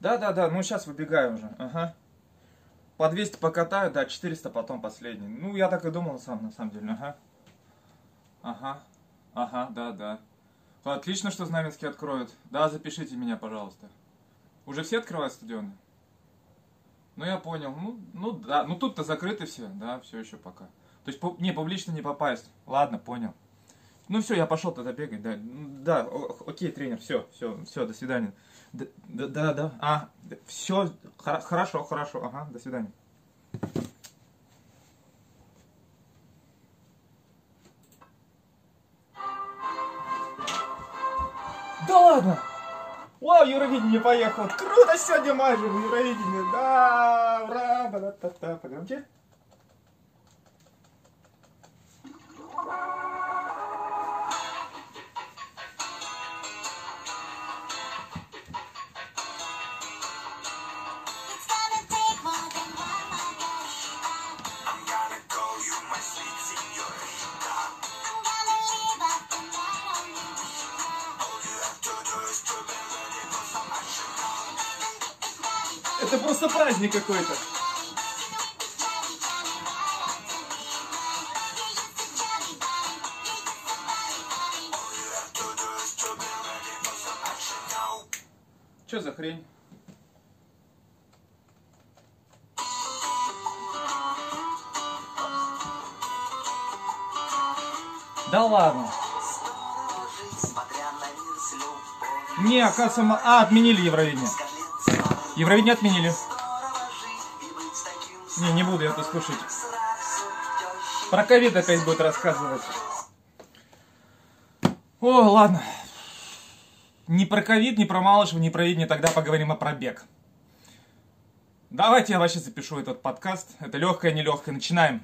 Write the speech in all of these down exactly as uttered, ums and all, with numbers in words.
Да-да-да, ну сейчас выбегаю уже. Ага. По двести покатаю, да, четыреста потом последний. Ну, я так и думал сам, на самом деле. Ага. Ага. Ага, да-да. Отлично, что Знаменский откроют. Да, запишите меня, пожалуйста. Уже все открывают стадионы? Ну, я понял. Ну, ну да. Ну, тут-то закрыты все. Да, все еще пока. То есть, пу- не, публично не попасть. Ладно, понял. Ну, все, я пошел тогда бегать. Да, Ну, да о- окей, тренер, все, все, все, до свидания. Да, да, да, да. А, все, хорошо, хорошо. Ага, до свидания. Да ладно! Вау, Евровидение поехал! Круто сегодня мажем, Евровидение! Да, ура! Ба-да-та-та. Погромче. It's gonna take more than one margarita. I'm gonna call you my sweet señorita. I'm gonna leave up the night on you. All you have to do is to be ready for some action now. Это просто праздник какой-то. All you have to do is to be ready for some action now. Че за хрень? Да ладно. Снова жить, смотря на мир с любовью. Не, оказывается, ма- а, отменили Евровидение. Скажи, снова Евровидение отменили. здорово жить и быть таким Не, не буду я это слушать. сразу тещей. Про ковид опять будет рассказывать. О, ладно. Не про ковид, не про Малышева, не про Видение, тогда поговорим о пробег. Давайте я вообще запишу этот подкаст. Это легкое, нелегкое. Начинаем.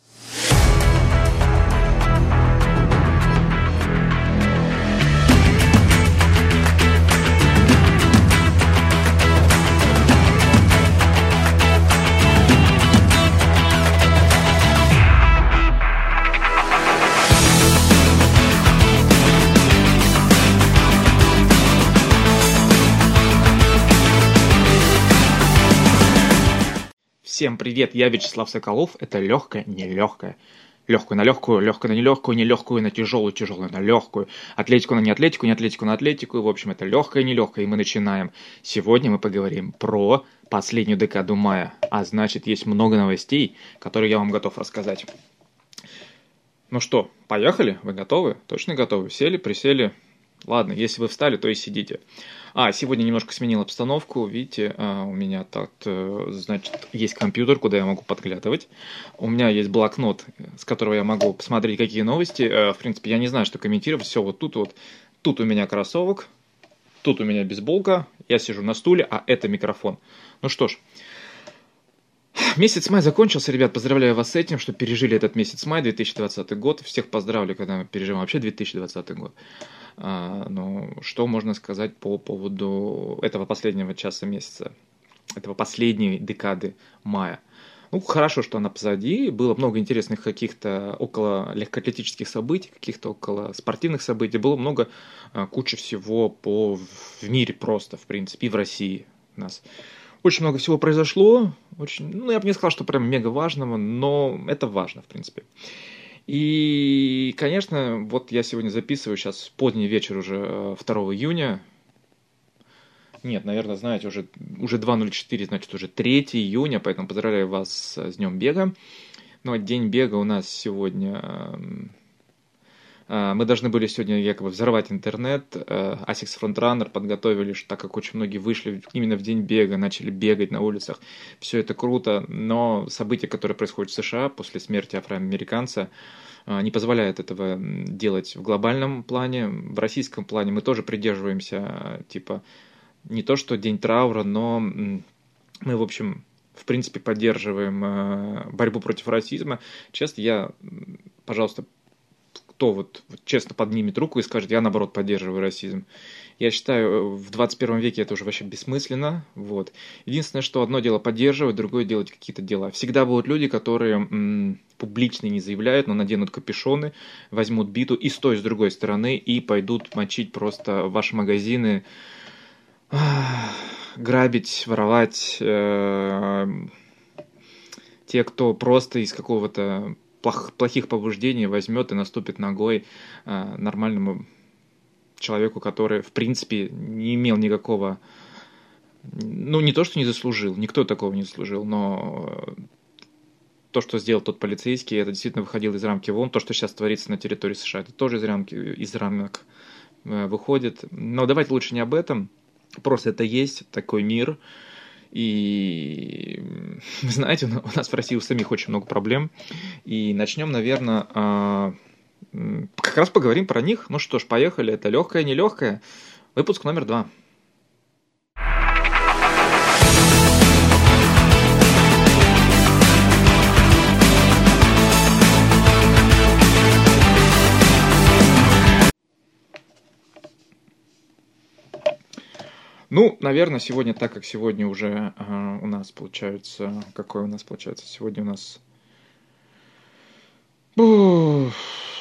Всем привет, я Вячеслав Соколов. Это легкое, нелегкое. Легкую на легкую, легкую на нелегкую, нелегкую на тяжелую, тяжелую на легкую. Атлетику на неатлетику, неатлетику на атлетику. В общем, это легкое, нелегкое, и мы начинаем. Сегодня мы поговорим про последнюю декаду мая. А значит, есть много новостей, которые я вам готов рассказать. Ну что, поехали? Вы готовы? Точно готовы? Сели, присели? Ладно, если вы встали, то и сидите. А, сегодня немножко сменил обстановку. Видите, а, у меня так, значит, есть компьютер, куда я могу подглядывать. У меня есть блокнот, с которого я могу посмотреть, какие новости. А, в принципе, я не знаю, что комментировать. Все вот тут вот. Тут у меня кроссовок, тут у меня бейсболка. Я сижу на стуле, а это микрофон. Ну что ж. Месяц май закончился, ребят, поздравляю вас с этим, что пережили этот месяц май, две тысячи двадцатый год. Всех поздравлю, когда мы переживаем вообще две тысячи двадцатый год. А, ну, что можно сказать по поводу этого последнего часа месяца, этого последней декады мая? Ну, хорошо, что она позади. Было много интересных каких-то около легкоатлетических событий, каких-то около спортивных событий. Было много, куча всего по, в мире просто, в принципе, и в России у нас. Очень много всего произошло, очень, ну, я бы не сказал, что прям мега важного, но это важно, в принципе. И, конечно, вот я сегодня записываю, сейчас поздний вечер уже второго июня. Нет, наверное, знаете, уже, уже два ноль четыре, значит, уже третьего июня, поэтому поздравляю вас с Днем бега. Ну, а день бега у нас сегодня... Мы должны были сегодня якобы взорвать интернет. Asics Frontrunner подготовили, так как очень многие вышли именно в день бега, начали бегать на улицах. Все это круто, но события, которые происходят в США после смерти афроамериканца, не позволяют этого делать в глобальном плане. В российском плане мы тоже придерживаемся, типа, не то что день траура, но мы, в общем, в принципе, поддерживаем борьбу против расизма. Честно, я, пожалуйста, кто вот, вот честно поднимет руку и скажет, я наоборот поддерживаю расизм. Я считаю, в двадцать первом веке это уже вообще бессмысленно. Вот. Единственное, что одно дело поддерживать, другое делать какие-то дела. Всегда будут люди, которые м, публично не заявляют, но наденут капюшоны, возьмут биту и с той, и с другой стороны, и пойдут мочить просто ваши магазины, грабить, воровать. Э, те, кто просто из какого-то плох, плохих побуждений возьмет и наступит ногой э, нормальному человеку, который, в принципе, не имел никакого... Ну, не то, что не заслужил, никто такого не заслужил, но то, что сделал тот полицейский, это действительно выходило из рамки вон. То, что сейчас творится на территории США, это тоже из, рамки, из рамок выходит. Но давайте лучше не об этом. Просто это есть такой мир. И, знаете, у нас в России у самих очень много проблем. И начнем, наверное, как раз поговорим про них. Ну что ж, поехали. Это легкое, нелегкое. Выпуск номер два. Ну, наверное, сегодня, так как сегодня уже э, у нас получается... Какое у нас получается? Сегодня у нас... Ух,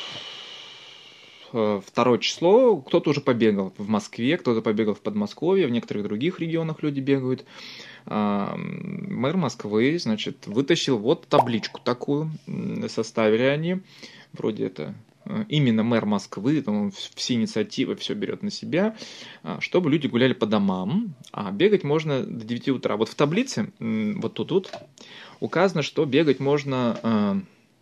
второе число. Кто-то уже побегал в Москве, кто-то побегал в Подмосковье, в некоторых других регионах люди бегают. Э, мэр Москвы, значит, вытащил вот табличку такую. Составили они. Вроде это... Именно мэр Москвы, он все инициативы, все берет на себя, чтобы люди гуляли по домам, а бегать можно до девяти утра. Вот в таблице, вот тут вот, указано, что бегать можно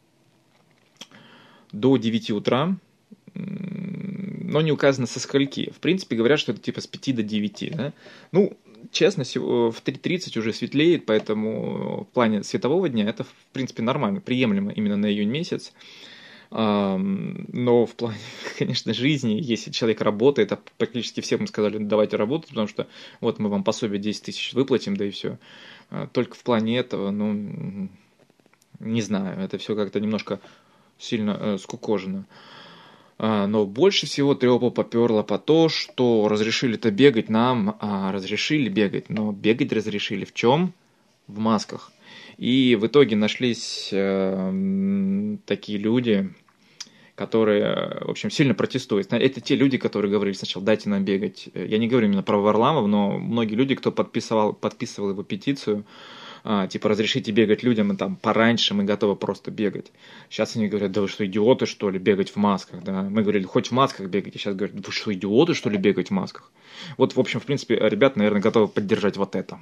до девяти утра, но не указано со скольки. В принципе, говорят, что это типа с пяти до девяти. Да? Ну, честно, в три тридцать уже светлеет, поэтому в плане светового дня это, в принципе, нормально, приемлемо именно на июнь месяц. Но в плане, конечно, жизни, если человек работает, а практически всем мы сказали, давайте работать, потому что вот мы вам пособие десять тысяч выплатим, да и все. Только в плане этого, ну, не знаю, это все как-то немножко сильно э, скукожено. Но больше всего трёпа попёрло по то, что разрешили-то бегать нам, а разрешили бегать, но бегать разрешили в чем? В масках. И в итоге нашлись э, такие люди, которые, в общем, сильно протестуют. Это те люди, которые говорили сначала, дайте нам бегать. Я не говорю именно про Варламов, но многие люди, кто подписывал, подписывал его петицию, э, типа, разрешите бегать людям, и там пораньше мы готовы просто бегать. Сейчас они говорят, да вы что, идиоты, что ли, бегать в масках? Да? Мы говорили, хоть в масках бегайте. Сейчас говорят, вы что, идиоты, что ли, бегать в масках? Вот, в общем, в принципе, ребята, наверное, готовы поддержать вот это.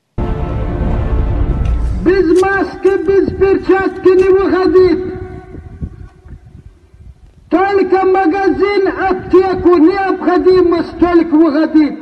Без маски, без перчатки не выходить. Только магазин, аптеку необходимо столько выходить.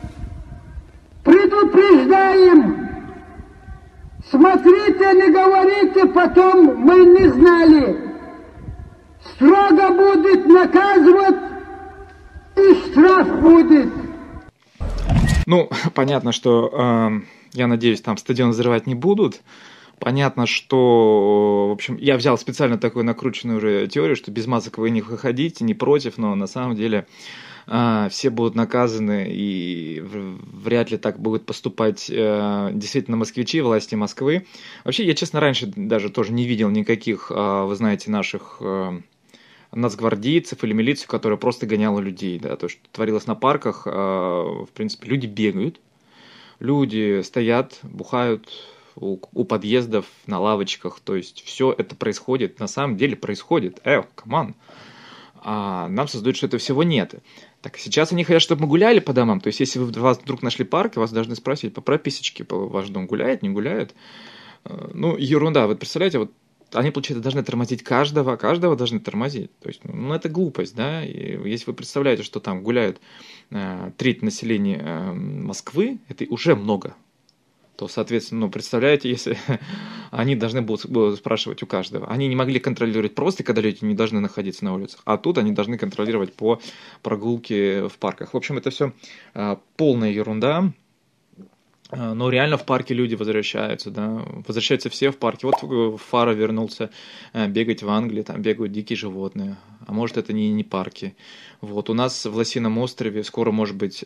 Предупреждаем. Смотрите, не говорите, потом мы не знали. Строго будет наказывать и штраф будет. Ну, понятно, что... Э... Я надеюсь, там стадион взрывать не будут. Понятно, что, в общем, я взял специально такую накрученную уже теорию, что без масок вы не выходите, не против, но на самом деле э, все будут наказаны, и вряд ли так будут поступать э, действительно москвичи, власти Москвы. Вообще, я, честно, раньше даже тоже не видел никаких, э, вы знаете, наших... Э, нацгвардейцев или милицию, которая просто гоняла людей. Да? То, что творилось на парках, э, в принципе, люди бегают. Люди стоят, бухают у, у подъездов, на лавочках. То есть все это происходит, на самом деле происходит. Эх, камон. А нам создают, что этого всего нет. Так, сейчас они хотят, чтобы мы гуляли по домам. То есть если вы вас вдруг нашли парк, вас должны спросить по прописочке, по ваш дом гуляет, не гуляет. Ну, ерунда. Вы представляете, вот они, получается, должны тормозить каждого, каждого должны тормозить. То есть, ну, это глупость, да. И если вы представляете, что там гуляют э, треть населения э, Москвы, это уже много. То, соответственно, ну, представляете, если они должны будут, будут спрашивать у каждого. Они не могли контролировать просто, когда люди не должны находиться на улицах, а тут они должны контролировать по прогулке в парках. В общем, это все э, полная ерунда. Но реально в парке люди возвращаются, да, возвращаются все в парке. Вот Фара вернулся бегать в Англии, там бегают дикие животные, а может это не, не парки. Вот у нас в Лосином острове скоро, может быть,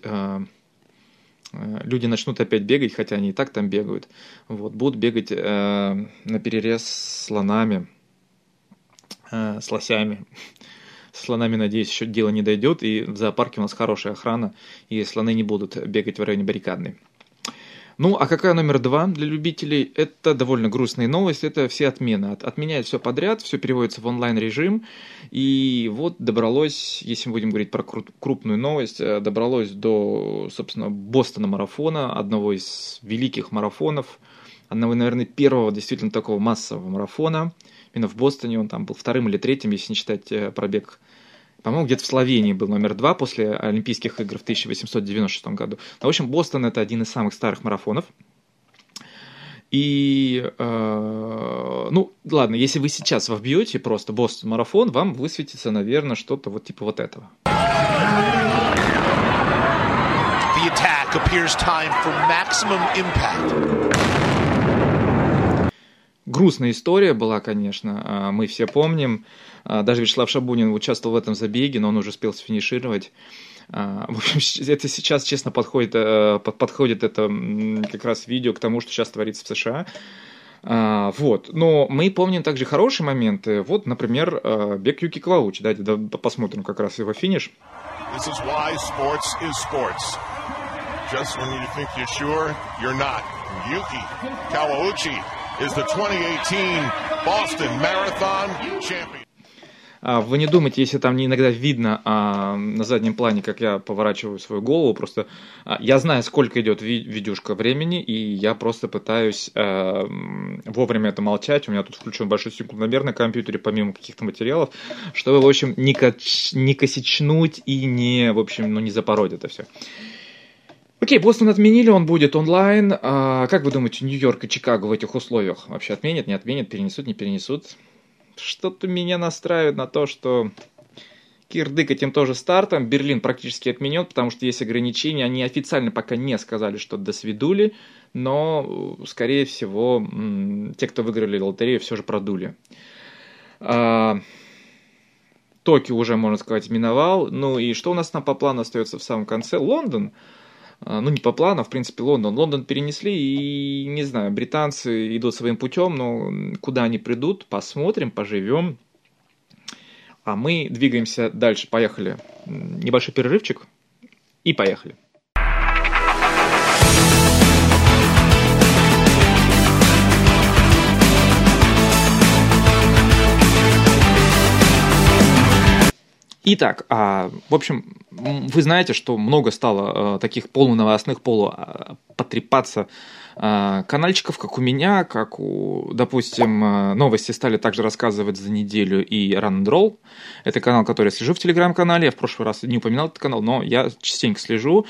люди начнут опять бегать, хотя они и так там бегают. Вот, будут бегать наперерез с слонами, с лосями, С слонами, надеюсь, еще дело не дойдет, и в зоопарке у нас хорошая охрана, и слоны не будут бегать в районе баррикадной. Ну, а какая номер два для любителей? Это довольно грустная новость, это все отмены. От, отменяют все подряд, все переводится в онлайн-режим. И вот добралось, если мы будем говорить про кру- крупную новость, добралось до, собственно, Бостона марафона, одного из великих марафонов, одного, наверное, первого действительно такого массового марафона. Именно в Бостоне он там был вторым или третьим, если не считать пробег. По-моему, где-то в Словении был номер два после Олимпийских игр в тысяча восемьсот девяносто шестом году. Но, в общем, Бостон – это один из самых старых марафонов. И, э, ну, ладно, если вы сейчас вбьете просто Бостон марафон, вам высветится, наверное, что-то вот типа вот этого. The attack appears time for maximum impact. Грустная история была, конечно, мы все помним. Даже Вячеслав Шабунин участвовал в этом забеге, но он уже успел сфинишировать. В общем, это сейчас, честно, подходит, подходит это как раз видео к тому, что сейчас творится в США. Вот. Но мы помним также хорошие моменты. Вот, например, бег Юки Каваучи. Давайте посмотрим как раз его финиш. This is why sports is sports. Just when you think you're sure, you're not. Yuki Kawauchi is the twenty eighteen Boston Marathon champion. Вы не думайте, если там не иногда видно а, на заднем плане, как я поворачиваю свою голову, просто а, я знаю, сколько идет ви- видюшка времени, и я просто пытаюсь а, вовремя это молчать. У меня тут включен большой секундомер на компьютере, помимо каких-то материалов, чтобы, в общем, не, коч- не косячнуть и не, в общем, ну, не запороть это все. Окей, Бостон отменили, он будет онлайн. А, как вы думаете, Нью-Йорк и Чикаго в этих условиях вообще отменят, не отменят, перенесут, не перенесут? Что-то меня настраивает на то, что кирдык этим тоже стартом. Берлин практически отменен, потому что есть ограничения. Они официально пока не сказали, что досвидули, но, скорее всего, м- те, кто выиграли лотерею, все же продули. А- Токио уже, можно сказать, миновал. Ну и что у нас там по плану остается в самом конце? Лондон. Ну, не по плану, а в принципе Лондон. Лондон перенесли, и, не знаю, британцы идут своим путем, но куда они придут, посмотрим, поживем. А мы двигаемся дальше. Поехали. Небольшой перерывчик, и поехали. Итак, а, в общем, вы знаете, что много стало а, таких полуновостных, полупотрепаться а, канальчиков, как у меня, как у, допустим, а, новости стали также рассказывать за неделю и Run and Roll. Это канал, который я слежу в Телеграм-канале. Я в прошлый раз не упоминал этот канал, но я частенько слежу.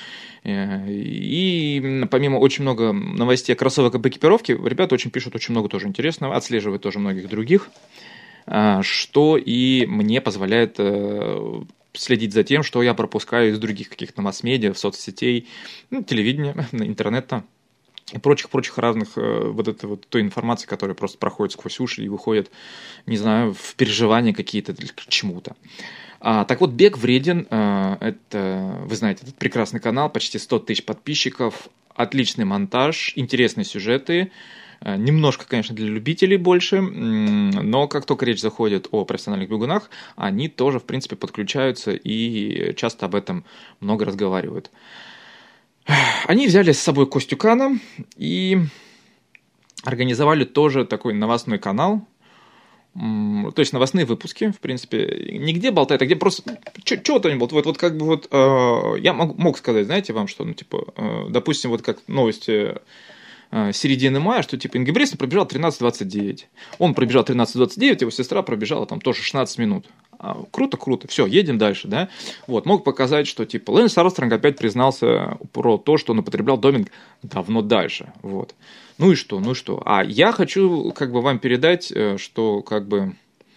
И помимо очень много новостей кроссовок об экипировке, ребята очень пишут очень много тоже интересного, отслеживают тоже многих других, что и мне позволяет э, следить за тем, что я пропускаю из других каких-то масс-медиа, соцсетей, ну, телевидения, интернета и прочих-прочих разных э, вот этой вот той информации, которая просто проходит сквозь уши и выходит, не знаю, в переживания какие-то к чему-то. А, так вот, «Бег вреден», э, это, вы знаете, этот прекрасный канал, почти сто тысяч подписчиков, отличный монтаж, интересные сюжеты. Немножко, конечно, для любителей больше, но как только речь заходит о профессиональных бегунах, они тоже, в принципе, подключаются и часто об этом много разговаривают. Они взяли с собой Костю Кана и организовали тоже такой новостной канал, то есть новостные выпуски, в принципе, нигде болтают, а где просто что-то они болтают. Вот, вот как бы вот э, я мог, мог сказать, знаете, вам, что, ну, типа, э, допустим, вот как новости середины мая, что типа Ингебрейсен пробежал тринадцать двадцать девять. Он пробежал тринадцать двадцать девять, его сестра пробежала там тоже шестнадцать минут. А, круто, круто, все, едем дальше, да. Вот, мог показать, что типа Лэнс Армстронг опять признался про то, что он употреблял допинг давно дальше. Вот. Ну и что, ну и что. А я хочу как бы вам передать, что как бы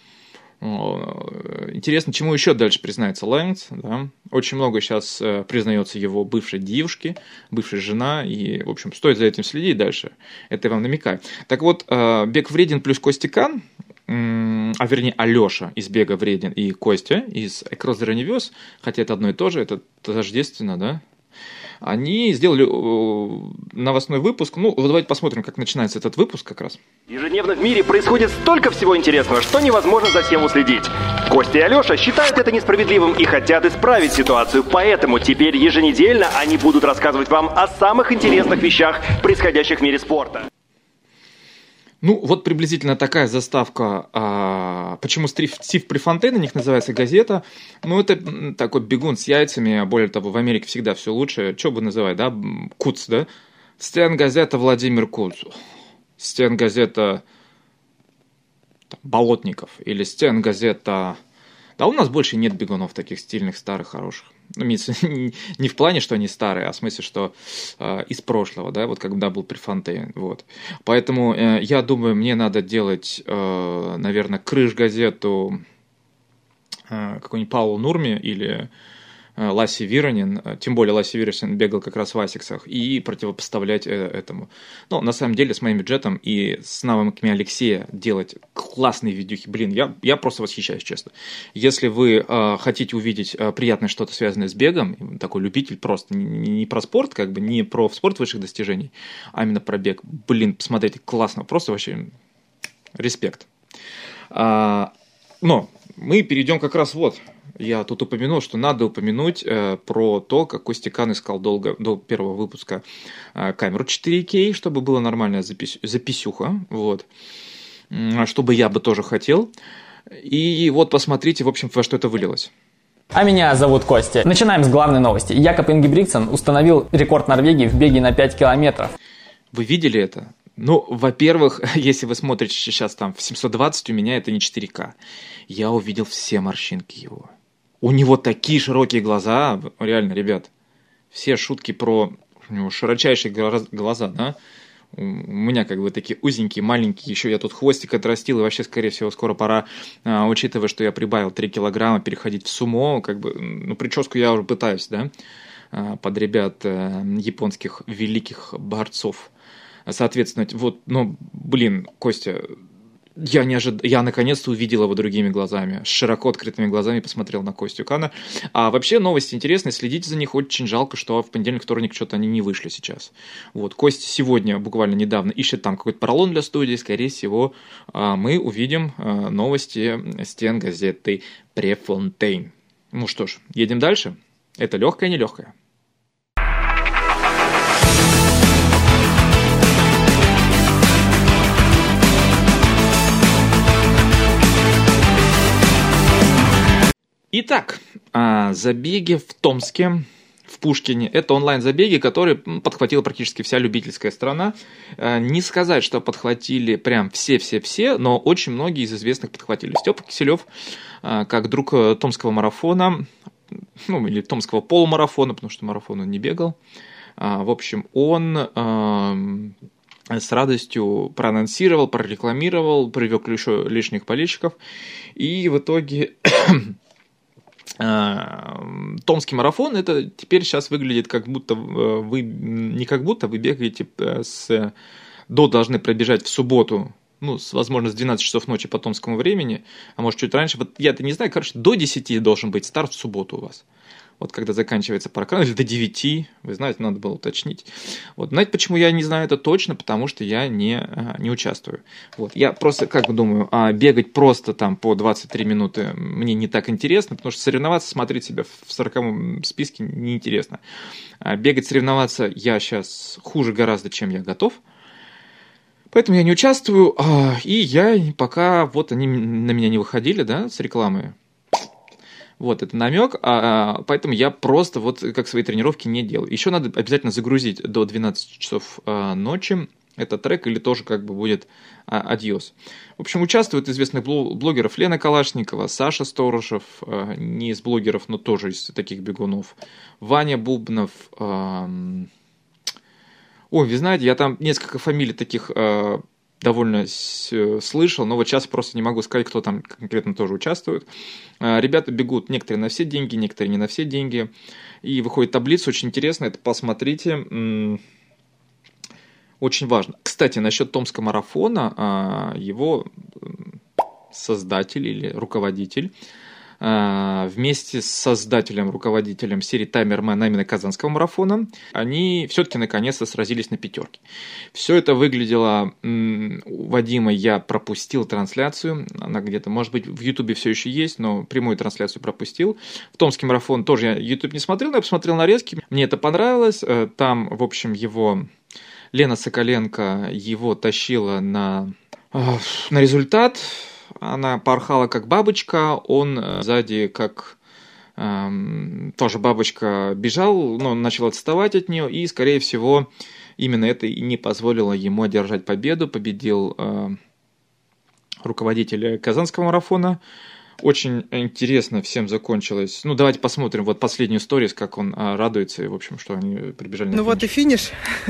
интересно, чему еще дальше признается Лэнс. Да? Очень много сейчас э, признается его бывшей девушке, бывшая жена, и, в общем, стоит за этим следить дальше. Это я вам намекаю. Так вот, э, «Бег вреден» плюс Костя Кан, э, а вернее Алеша из «Бега вреден» и Костя из Across the Universe, хотя это одно и то же, это тождественно, да? Они сделали э, новостной выпуск. Ну, вот давайте посмотрим, как начинается этот выпуск как раз. Ежедневно в мире происходит столько всего интересного, что невозможно за всем уследить. Костя и Алеша считают это несправедливым и хотят исправить ситуацию, поэтому теперь еженедельно они будут рассказывать вам о самых интересных вещах, происходящих в мире спорта. Ну, вот приблизительно такая заставка. А, почему Стив, Стив Префонтейн, у них называется газета. Ну, это такой бегун с яйцами, а более того, в Америке всегда все лучше. Что бы называть, да? Куц, да? Стенгазета Владимир Куц. Стенгазета Болотников. Или Стенгазета... Да у нас больше нет бегунов таких стильных, старых, хороших. Ну, не в плане, что они старые, а в смысле, что э, из прошлого, да, вот когда был Префонтейн, вот. Поэтому э, я думаю, мне надо делать, э, наверное, крыш-газету э, какой-нибудь Паулу Нурми или э, Ласси Виронин, тем более Ласси Виронин бегал как раз в Асиксах, и противопоставлять э, этому. Но на самом деле с моим бюджетом и с навыками Алексея делать классные видюхи, блин, я, я просто восхищаюсь, честно. Если вы э, хотите увидеть э, приятное что-то, связанное с бегом, такой любитель просто, не, не про спорт, как бы, не про спорт высших достижений, а именно про бег, блин, посмотрите, классно, просто вообще респект. А, но мы перейдем как раз вот, я тут упомянул, что надо упомянуть э, про то, как Костя Кан искал долго, до первого выпуска э, камеру четыре кей, чтобы была нормальная запись, записюха, вот. Что бы я бы тоже хотел. И вот посмотрите, в общем, во что это вылилось. А меня зовут Костя. Начинаем с главной новости. Якоб Ингебригтсен установил рекорд Норвегии в беге на пять километров. Вы видели это? Ну, во-первых, если вы смотрите сейчас там в семьсот двадцать, у меня это не четыре ка. Я увидел все морщинки его. У него такие широкие глаза. Реально, ребят, все шутки про у него широчайшие глаза, да? У меня как бы такие узенькие, маленькие, еще я тут хвостик отрастил, и вообще, скорее всего, скоро пора, а, учитывая, что я прибавил три килограмма, переходить в сумо, как бы, ну, прическу я уже пытаюсь, да, под ребят а, японских великих борцов. Соответственно, вот, ну, блин, Костя, я не ожид... я наконец-то увидел его другими глазами, с широко открытыми глазами посмотрел на Костю Кана. А вообще новости интересные, следите за них, очень жалко, что в понедельник, вторник что-то они не вышли сейчас. Вот, Костя сегодня, буквально недавно, ищет там какой-то поролон для студии, скорее всего, мы увидим новости стенгазеты Префонтейн. Ну что ж, едем дальше. Это легкое, нелегкое. Итак, забеги в Томске, в Пушкине. Это онлайн-забеги, которые подхватила практически вся любительская страна. Не сказать, что подхватили прям все-все-все, но очень многие из известных подхватили. Степа Киселев, как друг томского марафона, ну или томского полумарафона, потому что марафон он не бегал. В общем, он с радостью проанонсировал, прорекламировал, привлек еще лишних болельщиков. И в итоге... Томский марафон, это теперь сейчас выглядит как будто вы, не как будто вы бегаете с, до должны пробежать в субботу, ну, с, возможно, с двенадцати часов ночи по томскому времени, а может чуть раньше, вот я-то не знаю, короче, до десяти должен быть старт в субботу у вас. Вот когда заканчивается паркран, или до девяти, вы знаете, надо было уточнить. Вот, знаете, почему я не знаю это точно? Потому что я не, не участвую. Вот, я просто, как думаю, бегать просто там по двадцать три минуты мне не так интересно, потому что соревноваться, смотреть себя в сороковом списке неинтересно. Бегать, соревноваться я сейчас хуже гораздо, чем я готов. Поэтому я не участвую, и я пока, вот они на меня не выходили, да, с рекламы. Вот, это намек, а, поэтому я просто вот как свои тренировки не делаю. Еще надо обязательно загрузить до двенадцати часов а, ночи этот трек, или тоже как бы будет а, адьос. В общем, участвуют известных блогеров Лена Калашникова, Саша Сторожев, а, не из блогеров, но тоже из таких бегунов, Ваня Бубнов. А, ой, вы знаете, я там несколько фамилий таких... А, довольно слышал, но вот сейчас просто не могу сказать, кто там конкретно тоже участвует. Ребята бегут некоторые на все деньги, некоторые не на все деньги. И выходит таблица, очень интересно, это посмотрите. Очень важно. Кстати, насчет Томского марафона, его создатель или руководитель вместе с создателем, руководителем серии «Таймермен» именно Казанского марафона, они все-таки наконец-то сразились на пятерке. Все это выглядело... У Вадима я пропустил трансляцию, она где-то, может быть, в Ютубе все еще есть, но прямую трансляцию пропустил. В Томский марафон тоже я Ютуб не смотрел, но я посмотрел нарезки, мне это понравилось. Там, в общем, его... Лена Соколенко его тащила на, на результат. Она порхала как бабочка, он сзади как эм, тоже бабочка бежал, но начал отставать от нее, и, скорее всего, именно это и не позволило ему одержать победу. Победил э, руководитель Казанского марафона. Очень интересно всем закончилось. Ну, давайте посмотрим вот последнюю сторис, как он э, радуется, и, в общем, что они прибежали на Ну финиш. Вот и финиш.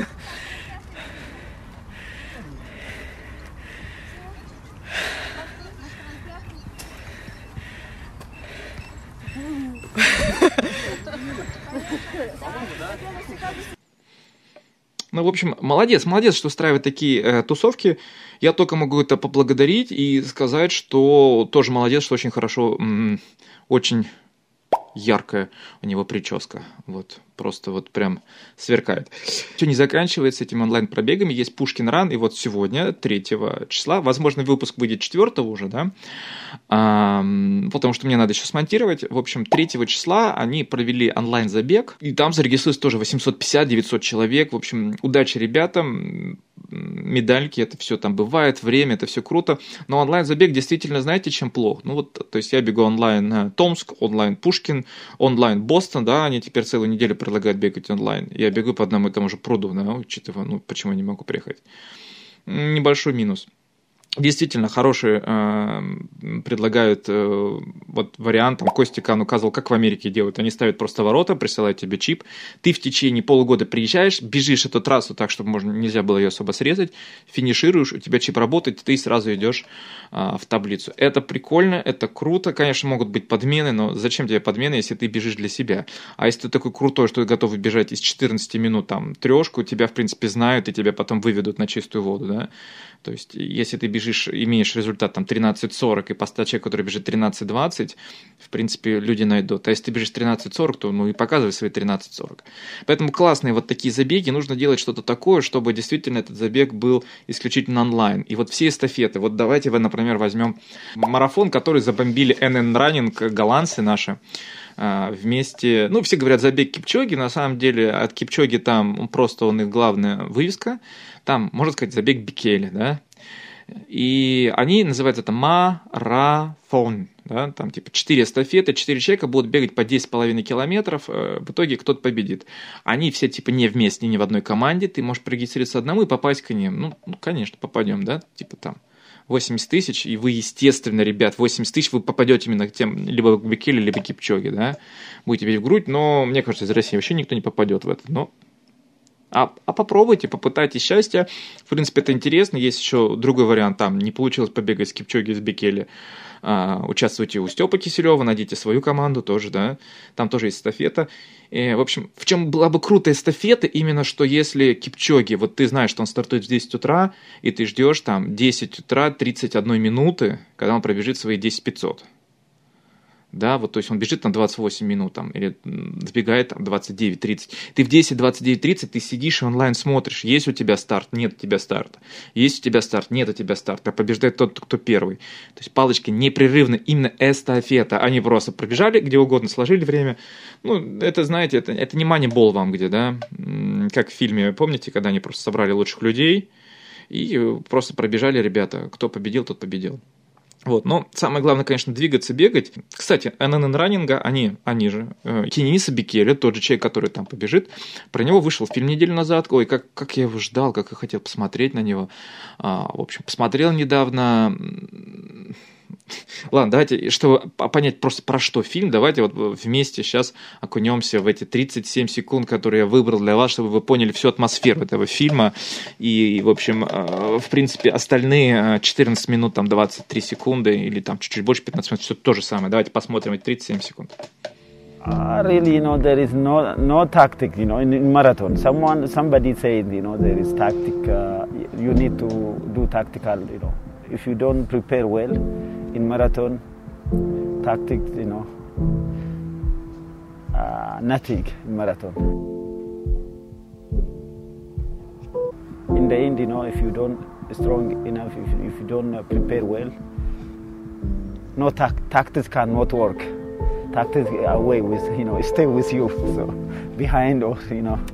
Ну, в общем, молодец, молодец, что устраивает такие э, тусовки. Я только могу это поблагодарить и сказать, что тоже молодец, что очень хорошо, м- очень яркая у него прическа. Вот, просто вот прям сверкает. Все не заканчивается этими онлайн-пробегами. Есть Пушкин Ран, и вот сегодня, третьего числа, возможно, выпуск выйдет четвёртого уже, да, а, потому что мне надо еще смонтировать. В общем, третьего числа они провели онлайн-забег, и там зарегистрировалось тоже восемьсот пятьдесят - девятьсот человек. В общем, удачи ребятам, медальки, это все там бывает, время, это все круто. Но онлайн-забег действительно, знаете, чем плох? Ну вот, то есть я бегу онлайн Томск, онлайн Пушкин, онлайн Бостон, да, они теперь целую неделю предлагают бегать онлайн. Я бегу по одному и тому же пруду, да, учитывая, ну, почему я не могу приехать. Небольшой минус. Действительно, хорошие э, предлагают э, вот вариант, там Костя Кан указывал, как в Америке делают. Они ставят просто ворота, присылают тебе чип, ты в течение полугода приезжаешь, бежишь эту трассу так, чтобы можно, нельзя было ее особо срезать, финишируешь, у тебя чип работает, ты сразу идешь э, в таблицу. Это прикольно, это круто, конечно, могут быть подмены, но зачем тебе подмены, если ты бежишь для себя? А если ты такой крутой, что ты готов бежать из четырнадцати минут там трешку, тебя, в принципе, знают, и тебя потом выведут на чистую воду, да? То есть, если ты бежишь, имеешь результат там тринадцать сорок и поставь человек, который бежит тринадцать двадцать, в принципе, люди найдут. А если ты бежишь тринадцать сорок, то ну и показывай свои тринадцать сорок. Поэтому классные вот такие забеги, нужно делать что-то такое, чтобы действительно этот забег был исключительно онлайн. И вот все эстафеты, вот давайте, вы, например, возьмем марафон, который забомбили эн эн Running, голландцы наши, вместе, ну, все говорят забег Кипчоги, на самом деле от Кипчоги там просто он их главная вывеска, там, можно сказать, забег Бекеле, да, и они называют это марафон, да, там типа четыре эстафеты, четыре человека будут бегать по десять с половиной километров, в итоге кто-то победит. Они все типа не вместе, не в одной команде, ты можешь зарегистрироваться одному и попасть к ним, ну, ну конечно, попадем, да, типа там восемьдесят тысяч, и вы, естественно, ребят, восемьдесят тысяч вы попадете именно к тем, либо к Бекеле, либо к Кипчоге, да, будете бить в грудь, но, мне кажется, из России вообще никто не попадет в это, но... А, а попробуйте, попытайтесь счастья. В принципе, это интересно. Есть еще другой вариант. Там не получилось побегать с Кипчоги, с Бекеле. А, участвуйте у Степы Киселева, найдите свою команду тоже, да. Там тоже есть эстафета. И, в общем, в чем была бы крутая эстафета, именно что если Кипчоги, вот ты знаешь, что он стартует в десять утра, и ты ждешь там десять утра тридцать одной минуты, когда он пробежит свои десять пятьсот. Да, вот, то есть он бежит там двадцать восемь минут, там, или сбегает там двадцать девять тридцать. Ты в десять двадцать девять тридцать ты сидишь и онлайн смотришь, есть у тебя старт, нет у тебя старта. Есть у тебя старт, нет у тебя старта. Побеждает тот, кто первый. То есть палочки непрерывно, именно эстафета. Они просто пробежали где угодно, сложили время. Ну, это, знаете, это, это не Moneyball вам где, да? Как в фильме, помните, когда они просто собрали лучших людей и просто пробежали ребята. Кто победил, тот победил. Вот, но самое главное, конечно, двигаться, бегать. Кстати, эн эн Running, они, они же, э, Кениса Бекеле, тот же человек, который там побежит, про него вышел фильм неделю назад. Ой, как, как я его ждал, как я хотел посмотреть на него. А, в общем, посмотрел недавно. Ладно, давайте, чтобы понять просто про что фильм, давайте вот вместе сейчас окунемся в эти тридцать семь секунд, которые я выбрал для вас, чтобы вы поняли всю атмосферу этого фильма. И, в общем, в принципе, остальные четырнадцать минут, там, двадцать три секунды, или там чуть-чуть больше, пятнадцать минут, все то же самое. Давайте посмотрим эти тридцать семь секунд. Uh, really, you know, there is no no tactic, you know, in, in marathon. Someone, somebody said, you know, there is tactic. Uh, you need to do tactical, you know. If you don't prepare well in marathon, tactics, you know, uh, nothing in marathon. In the end, you know, if you don't strong enough, if, if you don't uh, prepare well, no ta- tactics cannot work. Tactics are away with, you know, stay with you, so behind or, you know.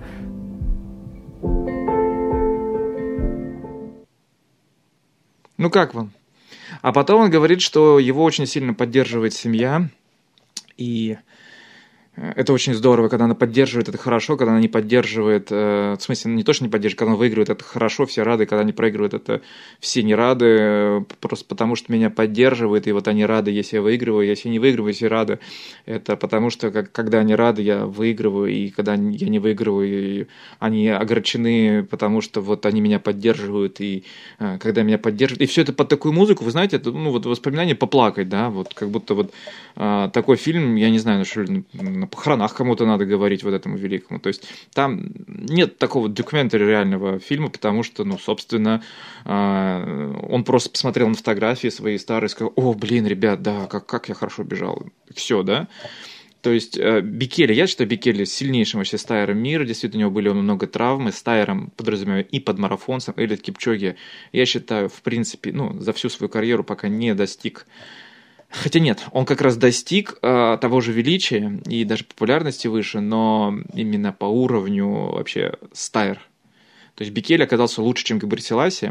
Ну как вам? А потом он говорит, что его очень сильно поддерживает семья, и это очень здорово, когда она поддерживает, это хорошо, когда она не поддерживает, э, в смысле, не то, что не поддерживает, когда она выигрывает, это хорошо, все рады, когда они проигрывают, это все не рады, просто потому что меня поддерживает, и вот они рады, если я выигрываю, если не выигрываю, все рады, это потому что, как, когда они рады, я выигрываю, и когда я не выигрываю, они огорчены, потому что вот они меня поддерживают, и э, когда меня поддерживают, и все это под такую музыку, вы знаете, это, ну, вот воспоминания поплакать, да, вот как будто вот э, такой фильм, я не знаю, что на похоронах кому-то надо говорить вот этому великому. То есть там нет такого документария реального фильма, потому что, ну, собственно, он просто посмотрел на фотографии свои старые и сказал: о, блин, ребят, да, как, как я хорошо бежал. Все, да? То есть Бекеле, я считаю Бекеле сильнейшим вообще стайером мира, действительно у него были много травм, и стайером, подразумеваю, и под марафонцем, Элиот Кипчоги, я считаю, в принципе, ну, за всю свою карьеру пока не достиг. Хотя нет, он как раз достиг э, того же величия и даже популярности выше, но именно по уровню вообще стайер. То есть Бекеле оказался лучше, чем Габриэль Селаси.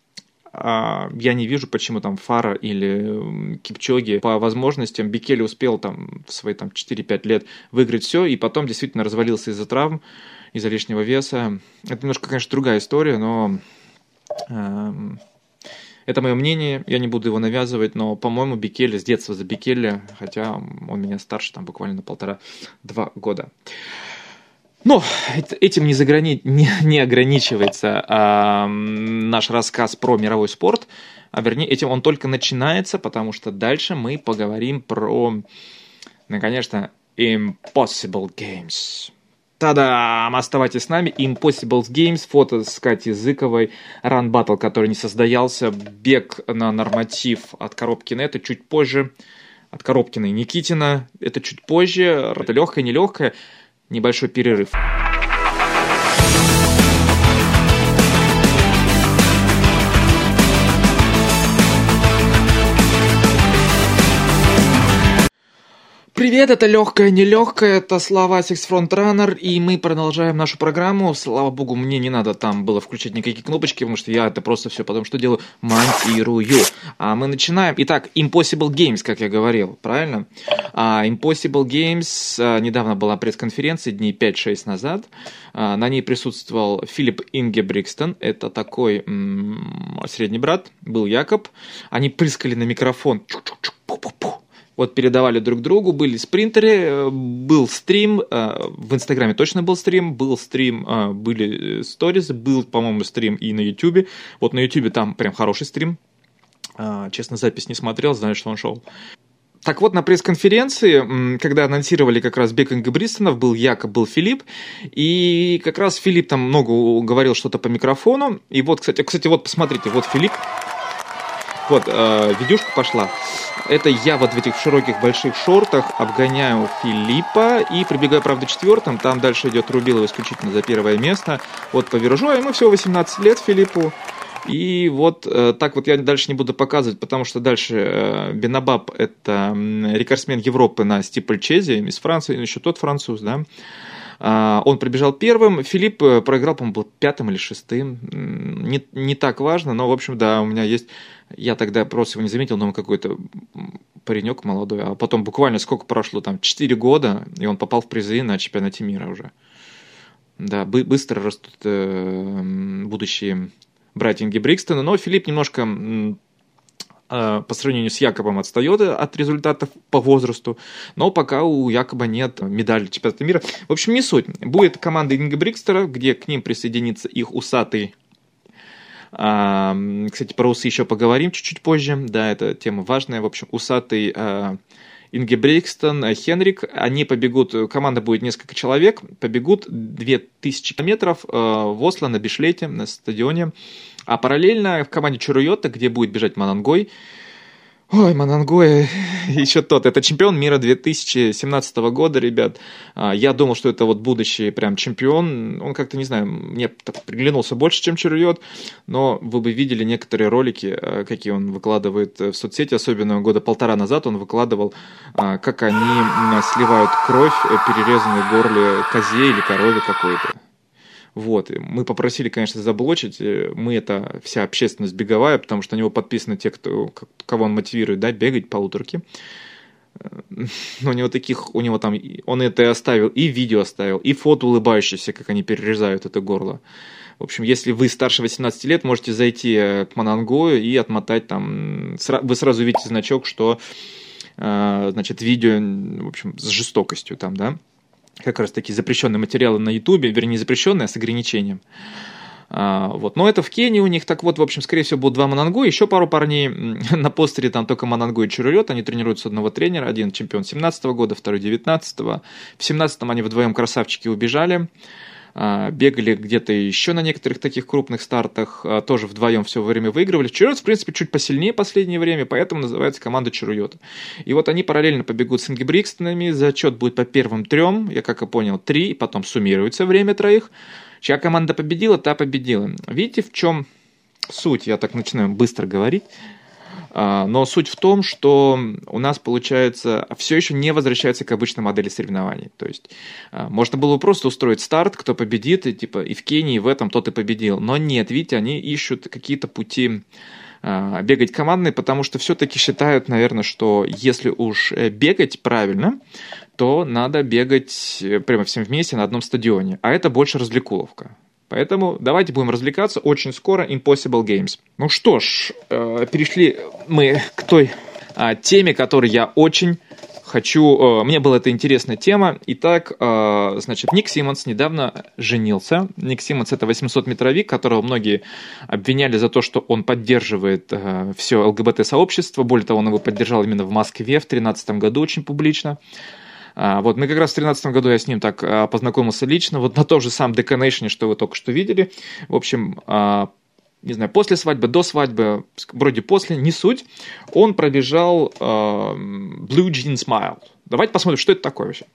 А я не вижу, почему там Фара или Кипчоги по возможностям. Бекеле успел там в свои там, четыре-пять лет выиграть все, и потом действительно развалился из-за травм, из-за лишнего веса. Это немножко, конечно, другая история, но... Э, Это мое мнение, я не буду его навязывать, но, по-моему, Бекеле, с детства за Бекеле, хотя он меня старше там буквально на полтора-два года. Но этим не, заграни... не, не ограничивается а, наш рассказ про мировой спорт, а вернее, этим он только начинается, потому что дальше мы поговорим про, ну, конечно, Impossible Games. Та-дам! Оставайтесь с нами. Impossible Games, фото с Катей Зыковой, Run Battle, который не состоялся, бег на норматив от Коробкина, это чуть позже, от Коробкина и Никитина, это чуть позже, это легкое, нелегкое, небольшой перерыв. Привет, это легкое, нелегкое, это Слава Six Front Runner, и мы продолжаем нашу программу. Слава богу, мне не надо там было включать никакие кнопочки, потому что я это просто все потому что делаю, монтирую. А мы начинаем. Итак, Impossible Games, как я говорил, правильно? А, Impossible Games, а, недавно была пресс-конференция, дней пять-шесть назад. А, на ней присутствовал Филипп Ингебригтсен, это такой м- средний брат, был Якоб. Они прыскали на микрофон. Чук-чук-чук-пу-пу-пу. Вот передавали друг другу, были спринтеры, был стрим, в Инстаграме точно был стрим, был стрим, были сторизы, был, по-моему, стрим и на Ютубе. Вот на Ютубе там прям хороший стрим. Честно, запись не смотрел, знаю, что он шел. Так вот, на пресс-конференции, когда анонсировали как раз бег Ингебригтсенов, был Якоб, был Филипп, и как раз Филипп там много говорил что-то по микрофону. И вот, кстати, кстати, вот посмотрите, вот Филипп. Вот, э, видюшка пошла. Это я вот в этих широких больших шортах обгоняю Филиппа и прибегаю, правда, четвертым. Там дальше идет Рубилов исключительно за первое место. Вот по виражу, а ему всего восемнадцать лет Филиппу. И вот э, так вот я дальше не буду показывать, потому что дальше э, Бенабаб – это рекордсмен Европы на стипльчезе из Франции, еще тот француз, да. Он пробежал первым, Филипп проиграл, по-моему, был пятым или шестым, не, не так важно, но, в общем, да, у меня есть, я тогда просто его не заметил, но он какой-то паренек молодой, а потом буквально сколько прошло, там, четыре года, и он попал в призы на чемпионате мира уже. Да, бы- быстро растут э, будущие братья Ингебригтсена, но Филипп немножко... по сравнению с Якобом отстает от результатов по возрасту, но пока у Якоба нет медали чемпионата мира. В общем, не суть. Будет команда Ингебригтсена, где к ним присоединится их усатый. А, кстати, про усы еще поговорим чуть-чуть позже. Да, это тема важная. В общем, усатый а, Ингебригтсен, Хенрик. Они побегут, команда будет несколько человек, побегут две тысячи километров а, в Осло на Бишлете, на стадионе. А параллельно в команде Чуруйота, где будет бежать Манангой, Ой, Манангоя еще тот. Это чемпион мира две тысячи семнадцатого года, ребят. Я думал, что это вот будущий прям чемпион. Он как-то, не знаю, мне так приглянулся больше, чем Чируйот. Но вы бы видели некоторые ролики, какие он выкладывает в соцсети. Особенно года полтора назад он выкладывал, как они сливают кровь, перерезанную в горле козе или корове какой-то. Вот, мы попросили, конечно, заблочить, мы это вся общественность беговая, потому что на него подписаны те, кто, кого он мотивирует, да, бегать полуторки. Но у него таких, у него там, он это и оставил, и видео оставил, и фото улыбающееся, как они перерезают это горло. В общем, если вы старше восемнадцати лет, можете зайти к Манангою и отмотать там, вы сразу увидите значок, что, значит, видео, в общем, с жестокостью там, да. Как раз таки запрещенные материалы на Ютубе, вернее, не запрещенные, а с ограничением. А, вот. Но это в Кении у них, так вот, в общем, скорее всего, будут два Манангоя, еще пару парней. На постере там только Манангой и Чируйот, они тренируются одного тренера, один чемпион семнадцатого года, второй девятнадцатого. В семнадцатом они вдвоем красавчики убежали. Бегали где-то еще на некоторых таких крупных стартах, тоже вдвоем все время выигрывали. Чируйот, в принципе, чуть посильнее в последнее время, поэтому называется команда Чируйота. И вот они параллельно побегут с Ингебригтсенами, зачет будет по первым трем, я как и понял, три, и потом суммируется время троих. Чья команда победила, та победила. Видите, в чем суть? Я так начинаю быстро говорить. Но суть в том, что у нас, получается, все еще не возвращается к обычной модели соревнований. То есть можно было бы просто устроить старт, кто победит, и, типа, и в Кении, и в этом тот и победил. Но нет, видите, они ищут какие-то пути бегать командные, потому что все-таки считают, наверное, что если уж бегать правильно, то надо бегать прямо всем вместе на одном стадионе. А это больше развлекуловка. Поэтому давайте будем развлекаться очень скоро. Impossible Games. Ну что ж, перешли мы к той теме, которой я очень хочу... Мне была эта интересная тема. Итак, значит, Ник Симмонс недавно женился. Ник Симмонс — это восьмисотметровик, которого многие обвиняли за то, что он поддерживает все ЛГБТ-сообщество. Более того, он его поддержал именно в Москве в две тысячи тринадцатом году очень публично. Вот мы как раз в две тысячи тринадцатом году я с ним так познакомился лично, вот на том же самом Deconation, что вы только что видели. В общем, не знаю, после свадьбы, до свадьбы, вроде после, не суть, он пробежал Blue Jeans Mile. Давайте посмотрим, что это такое вообще.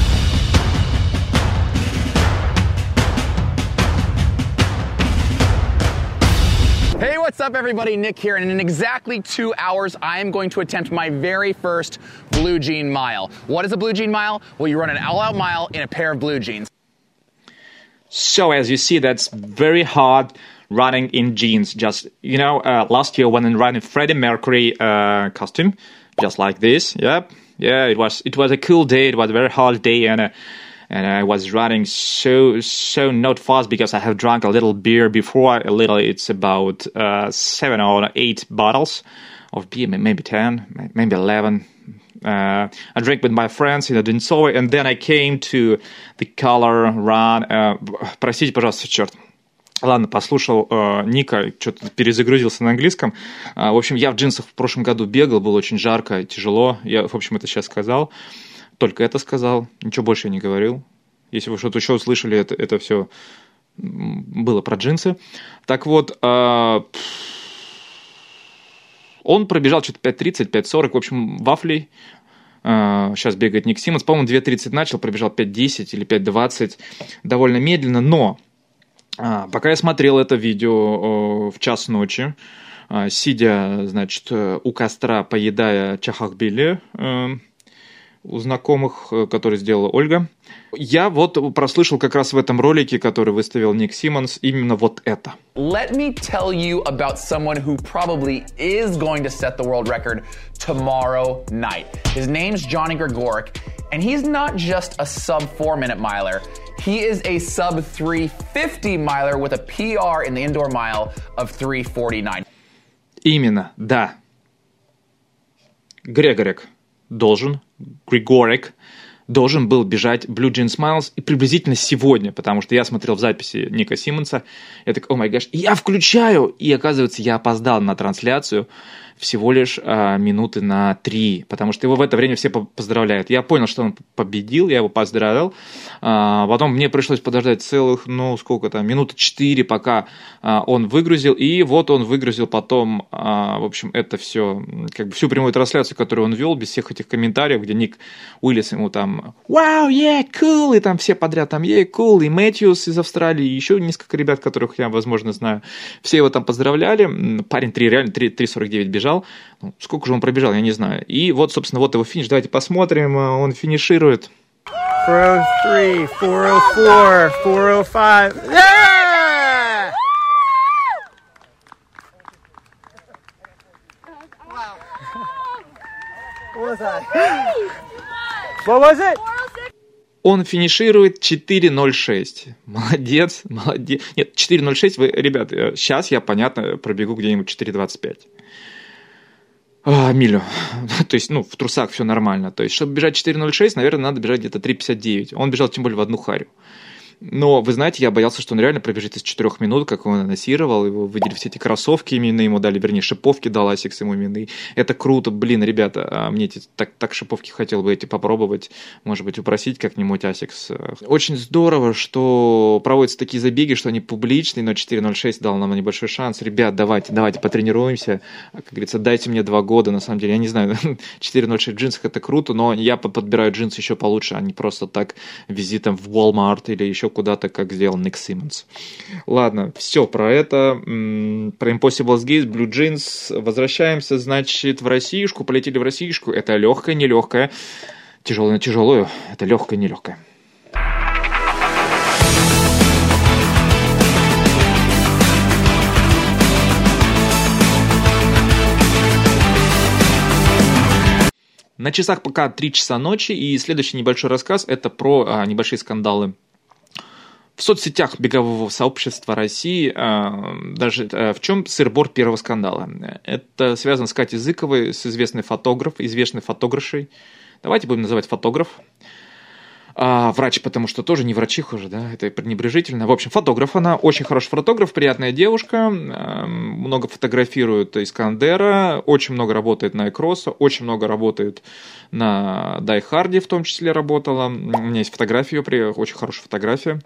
Hey, what's up, everybody? Nick here, and in exactly two hours, I am going to attempt my very first Blue Jean Mile. What is a Blue Jean Mile? Well, you run an all-out mile in a pair of blue jeans. So, as you see, that's very hard running in jeans. Just, you know, uh, last year when I ran in Freddie Mercury uh, costume, just like this. Yep, yeah, it was it was a cool day. It was a very hot day, and. Uh, And I was running so, so not fast because I have drunk a little beer before. A little, it's about uh, seven or eight bottles of beer, maybe ten, maybe eleven. Uh, I drank with my friends in Одинцово, and then I came to the color run. Uh, простите, пожалуйста, черт. Ладно, послушал э, Ника, что-то перезагрузился на английском. Uh, в общем, я в джинсах в прошлом году бегал, было очень жарко, тяжело. Я, в общем, это сейчас сказал. Только это сказал, ничего больше я не говорил. Если вы что-то еще услышали, это, это все было про джинсы. Так вот, э, он пробежал что-то пять тридцать, пять сорок, в общем, вафлей. Э, сейчас бегает Ник Симмонс. По-моему, два тридцать начал, пробежал пять десять или пять двадцать. Довольно медленно, но э, пока я смотрел это видео э, в час ночи, э, сидя, значит, у костра, поедая чахахбили, э, у знакомых, который сделала Ольга. Я вот прослышал как раз в этом ролике, который выставил Ник Симмонс, именно вот это. Let me tell you about someone who probably is going to set the world record tomorrow night. His name's Johnny Gregorek, and he's not just a sub four minute miler. He is a sub three fifty miler with a P R in the indoor mile of three forty-nine. Именно, да. Грегорек должен, Григорек должен был бежать Blue Jeans Miles и приблизительно сегодня, потому что я смотрел в записи Ника Симмонса, я такой, о май гаш, я включаю, и оказывается, я опоздал на трансляцию, всего лишь а, минуты на три, потому что его в это время все поздравляют. Я понял, что он победил, я его поздравил. А, потом мне пришлось подождать целых, ну, сколько там, минуты четыре, пока а, он выгрузил. И вот он выгрузил потом, а, в общем, это все, как бы всю прямую трансляцию, которую он вел, без всех этих комментариев, где Ник Уиллис ему там «Вау, yeah, cool!» и там все подряд там «Yeah, cool!» и Мэтьюс из Австралии, и еще несколько ребят, которых я, возможно, знаю. Все его там поздравляли. Парень три, реально три сорок девять бежал. Ну, сколько же он пробежал, я не знаю. И вот, собственно, вот его финиш. Давайте посмотрим. Он финиширует. four oh three, four oh four, four oh five. Yeah! What was that? What was it? Он финиширует четыре ноль шесть. Молодец, молодец. Нет, четыре ноль шесть, вы, ребят, сейчас я, понятно, пробегу где-нибудь четыре двадцать пять. А, милю. То есть, ну, в трусах все нормально. То есть, чтобы бежать четыре ноль шесть, наверное, надо бежать где-то три пятьдесят девять. Он бежал, тем более, в одну харю. Но, вы знаете, я боялся, что он реально пробежит из четырех минут, как он анонсировал, его выделили все эти кроссовки именно ему дали, вернее, шиповки дал Асикс ему именно. Это круто, блин, ребята, мне эти, так, так шиповки хотел бы эти попробовать, может быть, упросить как-нибудь Асикс. Очень здорово, что проводятся такие забеги, что они публичные, но четыре ноль шесть дал нам небольшой шанс. Ребят, давайте, давайте потренируемся, как говорится, дайте мне два года, на самом деле, я не знаю, четыре ноль шесть в джинсах это круто, но я подбираю джинсы еще получше, а не просто так визитом в Walmart или еще куда-то, как сделал Ник Симмонс. Ладно, все про это. Про Impossible Games, Blue Jeans. Возвращаемся, значит, в Россиюшку. Полетели в Россиюшку. Это легкое, нелегкое. Тяжелое на тяжелую. Это легкое, нелегкое. На часах пока три часа ночи, и следующий небольшой рассказ – это про а, небольшие скандалы в соцсетях бегового сообщества России. А, даже а, в чем сыр-бор первого скандала? Это связано с Катей Зыковой, с известной фотограф, известной фотографшей. Давайте будем называть фотограф. А, врач, потому что тоже не врачиха уже, да, это пренебрежительно. В общем, фотограф она, очень хороший фотограф, приятная девушка, много фотографирует Искандера, очень много работает на Экроса, очень много работает на Дайхарде, в том числе работала. У меня есть фотография, очень хорошая фотография.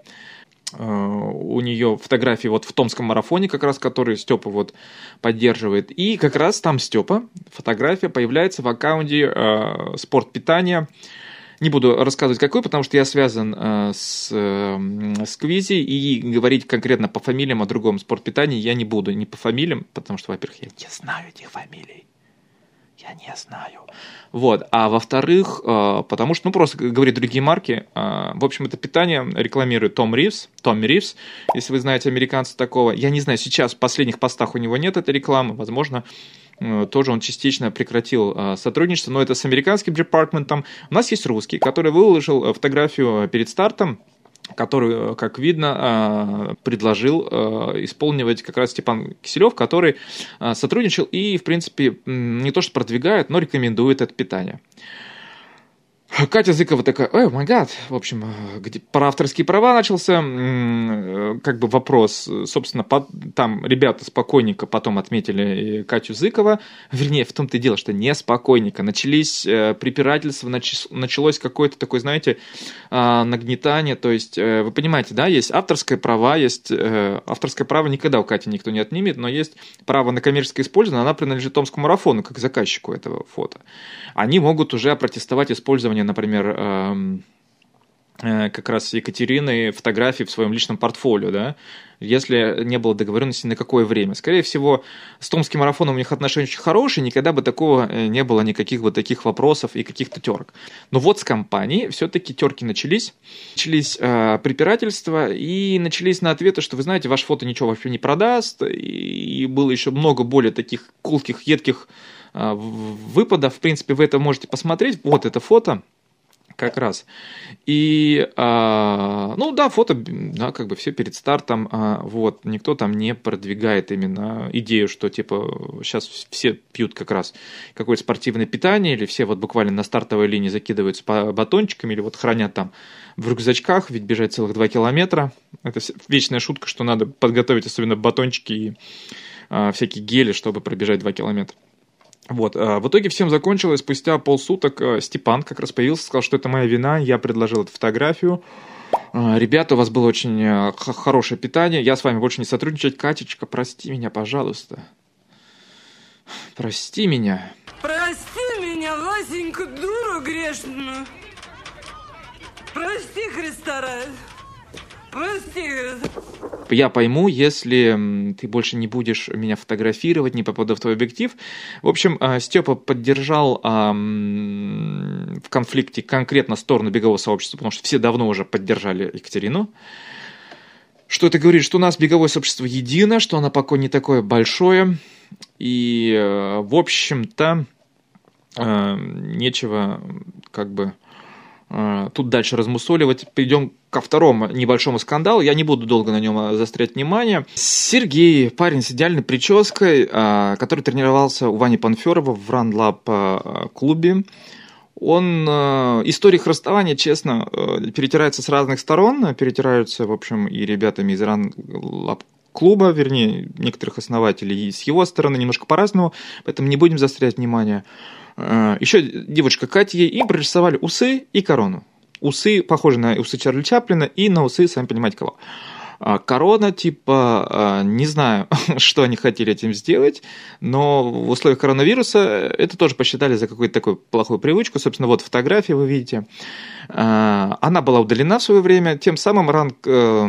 У нее фотографии вот в Томском марафоне, как раз, который Степа вот поддерживает. И как раз там Степа, фотография появляется в аккаунте э, «Спорт питания». Не буду рассказывать, какой, потому что я связан э, с, э, с Квизи, и говорить конкретно по фамилиям о другом спортпитании я не буду. Не по фамилиям, потому что, во-первых, я не знаю этих фамилий. Я не знаю. Вот. А во-вторых, э, потому что, ну, просто говорит другие марки. Э, в общем, это питание рекламирует Том Ривз. Томми Ривз, если вы знаете американца такого. Я не знаю, сейчас в последних постах у него нет этой рекламы. Возможно, э, тоже он частично прекратил э, сотрудничество. Но это с американским департаментом. У нас есть русский, который выложил фотографию перед стартом, который, как видно, предложил исполнивать как раз Степан Киселев, который сотрудничал и, в принципе, не то что продвигает, но рекомендует это питание. Катя Зыкова такая: ой, май гад, в общем, где про авторские права начался, как бы вопрос, собственно, под, там ребята спокойненько потом отметили Катю Зыкова, вернее, в том-то и дело, что не спокойненько, начались препирательства, нач, началось какое-то такое, знаете, нагнетание, то есть, вы понимаете, да, есть авторское право, есть, авторское право никогда у Кати никто не отнимет, но есть право на коммерческое использование, она принадлежит Томскому марафону, как заказчику этого фото. Они могут уже опротестовать использование, например, как раз Екатерины фотографий в своем личном портфолио, да, если не было договоренности на какое время. Скорее всего, с Томским марафоном у них отношения очень хорошие, никогда бы такого не было, никаких вот таких вопросов и каких-то терок. Но вот с компанией все-таки терки начались, начались э, препирательства, и начались на ответы, что, вы знаете, ваше фото ничего вообще не продаст, и было еще много более таких колких, едких э, выпадов. В принципе, вы это можете посмотреть. Вот это фото. Как раз. И, а, ну да, фото, да, как бы все перед стартом, а, вот, никто там не продвигает именно идею, что, типа, сейчас все пьют как раз какое-то спортивное питание, или все вот буквально на стартовой линии закидываются по батончикам, или вот хранят там в рюкзачках, ведь бежать целых два километра. Это вечная шутка, что надо подготовить особенно батончики и а, всякие гели, чтобы пробежать два километра. Вот. В итоге всем закончилось. Спустя полсуток Степан как раз появился, сказал, что это моя вина. Я предложил эту фотографию. Ребята, у вас было очень хорошее питание. Я с вами больше не сотрудничать. Катечка, прости меня, пожалуйста. Прости меня. Прости меня, Васенька, дуру грешную. Прости, Христа ради. Прости. Я пойму, если ты больше не будешь меня фотографировать, не попаду в твой объектив. В общем, Степа поддержал в конфликте конкретно сторону бегового сообщества, потому что все давно уже поддержали Екатерину. Что это говорит? Что у нас беговое сообщество едино, что оно пока не такое большое. И, в общем-то, нечего как бы тут дальше размусоливать. Перейдем ко второму небольшому скандалу. Я не буду долго на нем заострять внимание. Сергей, парень с идеальной прической, который тренировался у Вани Панферова в Run Lab клубе. Он, история их расставания, честно, перетирается с разных сторон. Перетираются, в общем, и ребятами из Run Lab клуба, вернее, некоторых основателей, и с его стороны немножко по-разному, поэтому не будем заострять внимание. Еще девочка Катя, им прорисовали усы и корону. Усы похожи на усы Чарли Чаплина и на усы, сами понимаете, кого. Корона, типа, не знаю, что они хотели этим сделать, но в условиях коронавируса это тоже посчитали за какую-то такую плохую привычку. Собственно, вот фотографии вы видите. Она была удалена в свое время, тем самым ранг...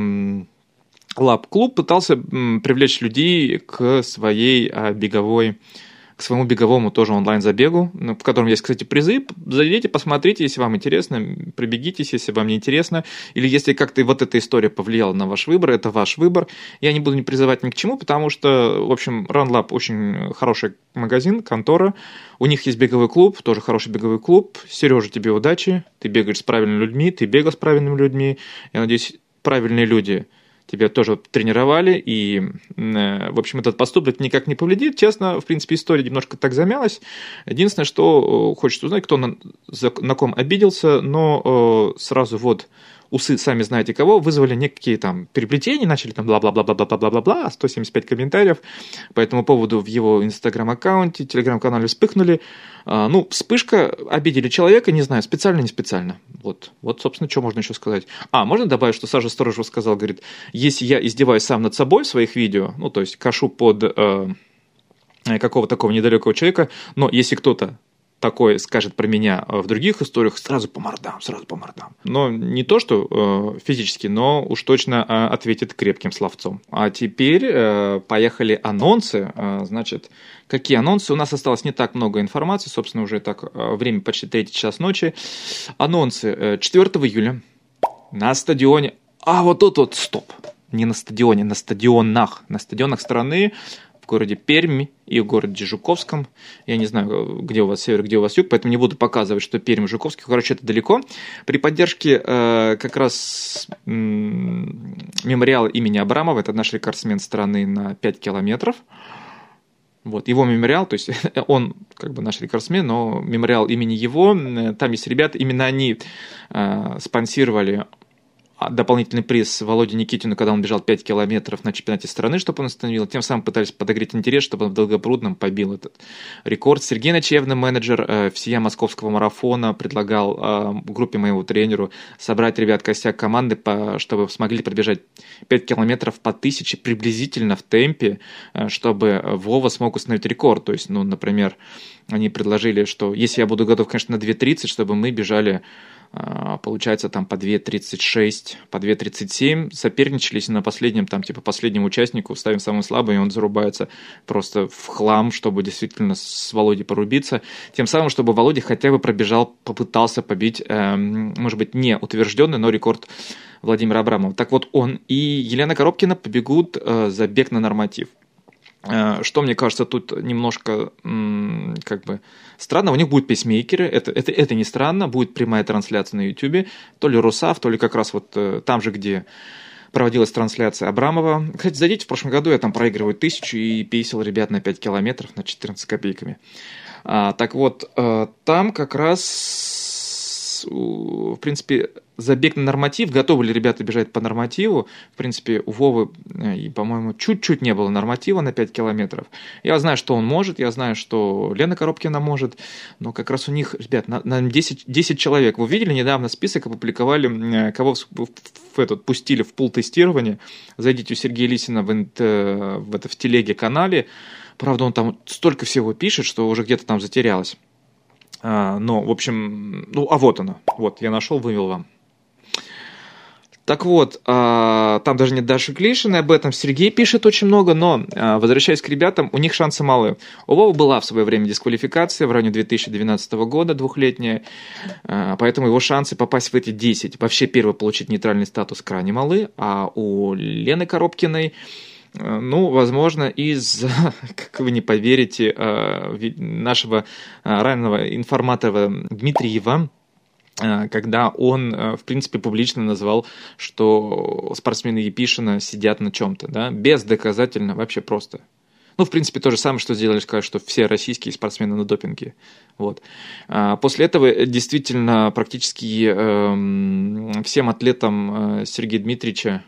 Лаб-клуб пытался привлечь людей к своей беговой, к своему беговому тоже онлайн-забегу, в котором есть, кстати, призы. Зайдите, посмотрите, если вам интересно, прибегитесь, если вам не интересно, или если как-то вот эта история повлияла на ваш выбор, это ваш выбор. Я не буду не призывать ни к чему, потому что, в общем, Run Lab очень хороший магазин, контора, у них есть беговой клуб, тоже хороший беговой клуб. Сережа, тебе удачи, ты бегаешь с правильными людьми, ты бегал с правильными людьми, я надеюсь, правильные люди тебя тоже тренировали, и, в общем, этот поступок никак не повредит. Честно, в принципе, история немножко так замялась. Единственное, что хочется узнать, кто на, на ком обиделся, но сразу вот усы, сами знаете кого, вызвали некие там переплетения, начали там бла-бла-бла-бла-бла-бла-бла-бла, сто семьдесят пять комментариев по этому поводу в его инстаграм-аккаунте, телеграм-канале вспыхнули. А, ну, вспышка, обидели человека, не знаю, специально, не специально. Вот, вот, собственно, что можно еще сказать. А, можно добавить, что Саша Сторожев сказал, говорит, если я издеваюсь сам над собой в своих видео, ну, то есть кашу под э, какого-то такого недалекого человека, но если кто-то такое скажет про меня в других историях, сразу по мордам, сразу по мордам. Но не то, что э, физически, но уж точно э, ответит крепким словцом. А теперь э, поехали анонсы. Э, значит, какие анонсы? У нас осталось не так много информации, собственно, уже так э, время почти третий час ночи. Анонсы. Э, четвёртого июля на стадионе... А вот тут вот, стоп! Не на стадионе, на стадионах. На стадионах страны, в городе Пермь и в городе Жуковском. Я не знаю, где у вас север, где у вас юг, поэтому не буду показывать, что Пермь и Жуковский. Короче, это далеко. При поддержке э, как раз м- мемориала имени Абрамова, это наш рекордсмен страны на пять километров. Вот, его мемориал, то есть он как бы наш рекордсмен, но мемориал имени его, там есть ребята, именно они э, спонсировали дополнительный приз Володе Никитину, когда он бежал пять километров на чемпионате страны, чтобы он остановил. Тем самым пытались подогреть интерес, чтобы он в Долгопрудном побил этот рекорд. Сергей Ночевный, менеджер э, всея московского марафона, предлагал э, группе моему тренеру собрать ребят костяк команды, по, чтобы смогли пробежать пять километров по тысяче приблизительно в темпе, э, чтобы Вова смог установить рекорд. То есть, ну, например, они предложили, что если я буду готов, конечно, на две тридцать, чтобы мы бежали, получается, там по две тридцать шесть, по две тридцать семь, соперничали, если на последнем, там, типа, последнему участнику ставим самый слабый, и он зарубается просто в хлам, чтобы действительно с Володей порубиться, тем самым, чтобы Володя хотя бы пробежал, попытался побить, э, может быть, не утвержденный, но рекорд Владимира Абрамова. Так вот, он и Елена Коробкина побегут э, за бег на норматив. Что, мне кажется, тут немножко как бы странно. У них будут пейсмейкеры, это, это, это не странно, будет прямая трансляция на YouTube, то ли Русав, то ли как раз вот там же, где проводилась трансляция Абрамова. Кстати, зайдите, в прошлом году я там проигрываю тысячу и пейсил ребят на пять километров на четырнадцать копейками. А, так вот, там как раз нас, в принципе, забег на норматив. Готовы ли ребята бежать по нормативу? В принципе, у Вовы, и, по-моему, чуть-чуть не было норматива на пять километров. Я знаю, что он может, я знаю, что Лена Коробкина может, но как раз у них, ребят, на, на десять, десять человек. Вы видели недавно список, опубликовали, кого в, в, в этот, пустили в пул тестирования. Зайдите у Сергея Лисина в, в, это, в телеге-канале. Правда, он там столько всего пишет, что уже где-то там затерялось. А, но, в общем, ну, а вот оно. Вот, я нашел, вывел вам. Так вот, а, там даже нет Даши Клишиной об этом. Сергей пишет очень много, но, а, возвращаясь к ребятам, у них шансы малые. У Вовы была в свое время дисквалификация в районе две тысячи двенадцатого года, двухлетняя, а, поэтому его шансы попасть в эти десять, вообще первый получить нейтральный статус крайне малы, а у Лены Коробкиной, ну, возможно, из, как вы не поверите, нашего раннего информатора Дмитриева, когда он, в принципе, публично назвал, что спортсмены Епишина сидят на чем-то, да, бездоказательно, вообще просто. Ну, в принципе, то же самое, что сделали, сказать, что все российские спортсмены на допинге. Вот. После этого действительно практически всем атлетам Сергея Дмитриевича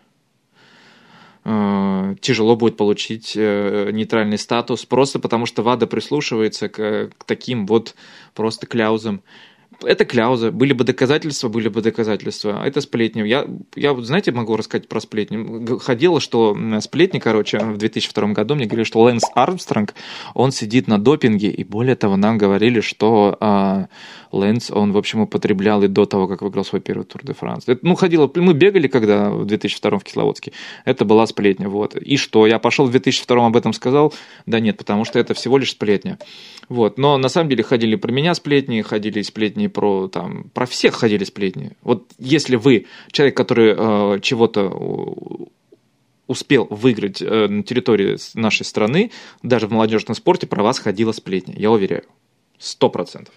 тяжело будет получить нейтральный статус, просто потому что ВАДА прислушивается к, к таким вот просто кляузам. Это кляуза, были бы доказательства, были бы доказательства. Это сплетни. Я, я вот, знаете, могу рассказать про сплетни. Ходило, что сплетни, короче, в две тысячи втором году мне говорили, что Лэнс Армстронг, он сидит на допинге, и более того, нам говорили, что а, Лэнс, он, в общем, употреблял и до того, как выиграл свой первый Тур де Франс. Это, ну, ходило, мы бегали, когда в две тысячи втором в Кисловодске, это была сплетня, вот. И что, я пошел в две тысячи втором об этом сказал? Да нет, потому что это всего лишь сплетня. Вот. Но на самом деле ходили про меня сплетни, ходили сплетни про, там, про всех ходили сплетни. Вот если вы человек, который э, чего-то успел выиграть э, на территории нашей страны, даже в молодежном спорте про вас ходила сплетня, я уверяю, сто процентов.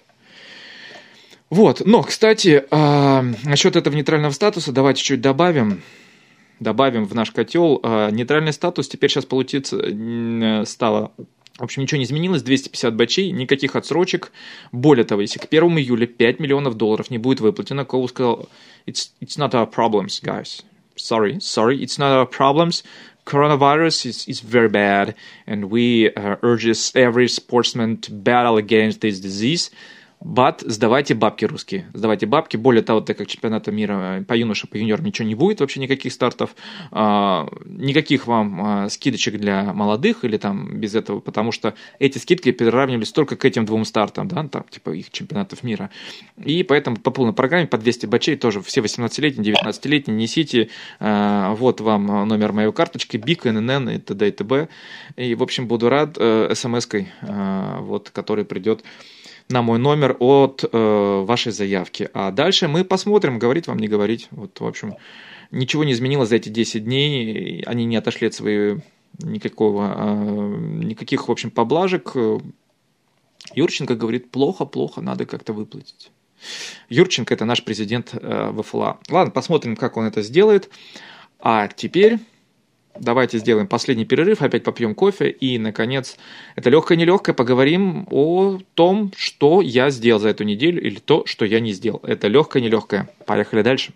Вот, но, кстати, э, насчет этого нейтрального статуса давайте чуть добавим. Добавим в наш котел. Э, нейтральный статус теперь сейчас получится э, стало... В общем, ничего не изменилось, двести пятьдесят бачей, никаких отсрочек. Более того, если к первому июля пять миллионов долларов не будет выплачено, Коул сказал, it's, it's not our problems, guys. Sorry, sorry, it's not our problems. Coronavirus is, is very bad, and we uh, urges every sportsman to battle against this disease. But сдавайте бабки русские, сдавайте бабки. Более того, так как чемпионата мира по юношам, по юниорам ничего не будет, вообще никаких стартов, а, никаких вам а, скидочек для молодых или там без этого, потому что эти скидки приравнивались только к этим двум стартам, да, там типа их чемпионатов мира. И поэтому по полной программе по двести бачей тоже все восемнадцатилетние, девятнадцатилетние несите. А, вот вам номер моей карточки, БИК, эн эн эн и т.д. и т.б. И, в общем, буду рад э, смс-кой, э, вот, который придет на мой номер от э, вашей заявки. А дальше мы посмотрим, говорить вам, не говорить. Вот, в общем, ничего не изменилось за эти десять дней. Они не отошли от своей никакого, э, никаких, в общем, поблажек. Юрченко говорит, плохо, плохо, надо как-то выплатить. Юрченко – это наш президент э, ВФЛА. Ладно, посмотрим, как он это сделает. А теперь... Давайте сделаем последний перерыв, опять попьем кофе и, наконец, это легкое-нелегкое, поговорим о том, что я сделал за эту неделю или то, что я не сделал. Это легкое-нелегкое. Поехали дальше.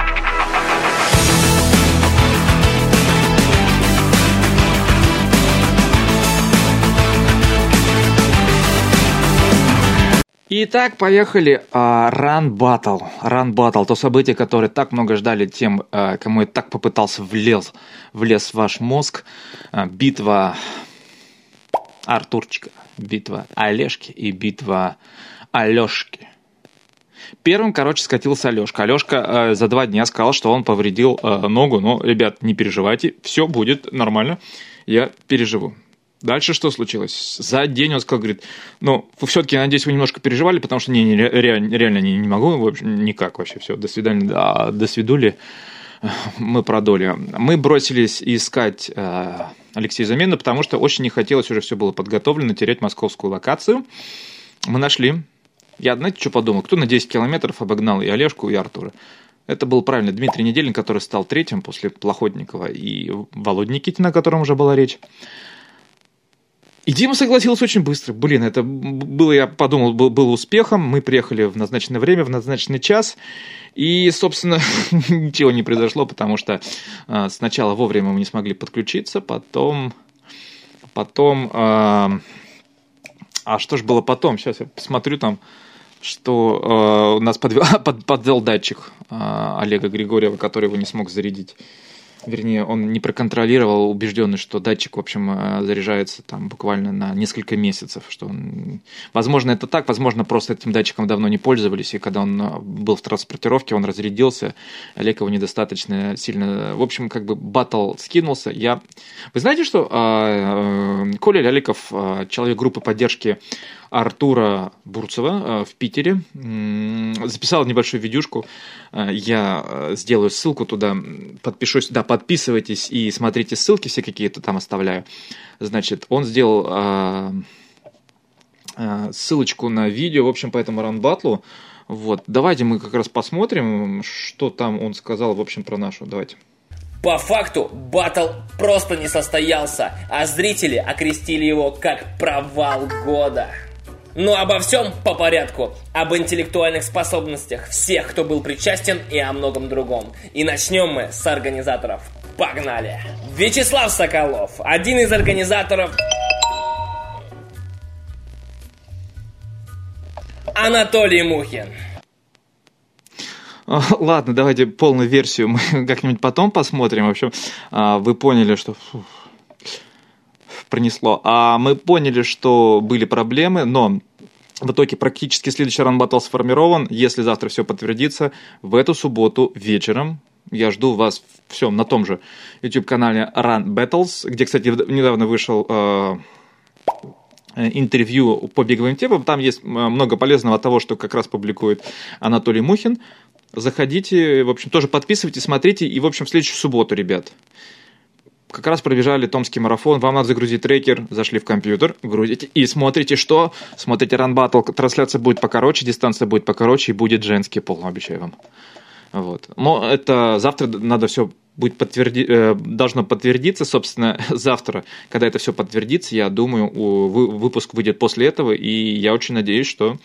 Итак, поехали. Run Battle. Run Battle. То событие, которое так много ждали тем, кому я так попытался влез, влез в ваш мозг. Битва Артурчика, битва Олежки и битва Алешки. Первым, короче, скатился Алешка. Алешка э, за два дня сказал, что он повредил э, ногу. Но, ребят, не переживайте, все будет нормально. Я переживу. Дальше что случилось? За день он сказал, говорит, ну, все-таки, надеюсь, вы немножко переживали, потому что не, не, реально, реально не, не могу, в общем, никак вообще, все, до свидания, да, до свидули, мы продоли. Мы бросились искать э, Алексея замену, потому что очень не хотелось, уже все было подготовлено, терять московскую локацию. Мы нашли, я, знаете, что подумал, кто на десять километров обогнал и Олежку, и Артура? Это был, правильно, Дмитрий Неделин, который стал третьим после Плохотникова, и Володя Никитина, о котором уже была речь. И Дима согласился очень быстро. Блин, это было, я подумал, было успехом. Мы приехали в назначенное время, в назначенный час. И, собственно, ничего не произошло, потому что э, сначала вовремя мы не смогли подключиться, потом... Потом... Э, а что же было потом? Сейчас я посмотрю там, что э, нас подвел, под, подвел датчик э, Олега Григорьева, который его не смог зарядить. Вернее, он не проконтролировал, убежденный, что датчик, в общем, заряжается там буквально на несколько месяцев. Что он... Возможно, это так, возможно, просто этим датчиком давно не пользовались, и когда он был в транспортировке, он разрядился, Олег его недостаточно сильно... В общем, как бы баттл скинулся. Я... Вы знаете, что Коля Ляликов, человек группы поддержки Артура Бурцева в Питере, записал небольшую видюшку. Я сделаю ссылку туда, подпишусь. Да, подписывайтесь и смотрите ссылки, все какие-то там оставляю. Значит, он сделал ссылочку на видео, в общем, по этому ран-баттлу. Вот, давайте мы как раз посмотрим, что там он сказал, в общем, про нашу. Давайте. По факту, баттл просто не состоялся, а зрители окрестили его как провал года. Но обо всем по порядку. Об интеллектуальных способностях всех, кто был причастен, и о многом другом. И начнем мы с организаторов. Погнали! Вячеслав Соколов, один из организаторов... Анатолий Мухин. Ладно, давайте полную версию мы как-нибудь потом посмотрим. В общем, вы поняли, что... пронесло. А мы поняли, что были проблемы, но в итоге практически следующий ран-баттл сформирован. Если завтра все подтвердится, в эту субботу вечером я жду вас все на том же YouTube-канале Run Battles, где, кстати, недавно вышел э, интервью по беговым темам. Там есть много полезного от того, что как раз публикует Анатолий Мухин. Заходите, в общем, тоже подписывайтесь, смотрите. И, в общем, в следующую субботу, ребят, как раз пробежали томский марафон, вам надо загрузить трекер, зашли в компьютер, грузите и смотрите что? Смотрите Run Battle, трансляция будет покороче, дистанция будет покороче и будет женский пол, обещаю вам. Вот. Но это завтра надо все будет подтверди... должно подтвердиться, собственно, завтра, когда это все подтвердится, я думаю, выпуск выйдет после этого, и я очень надеюсь, что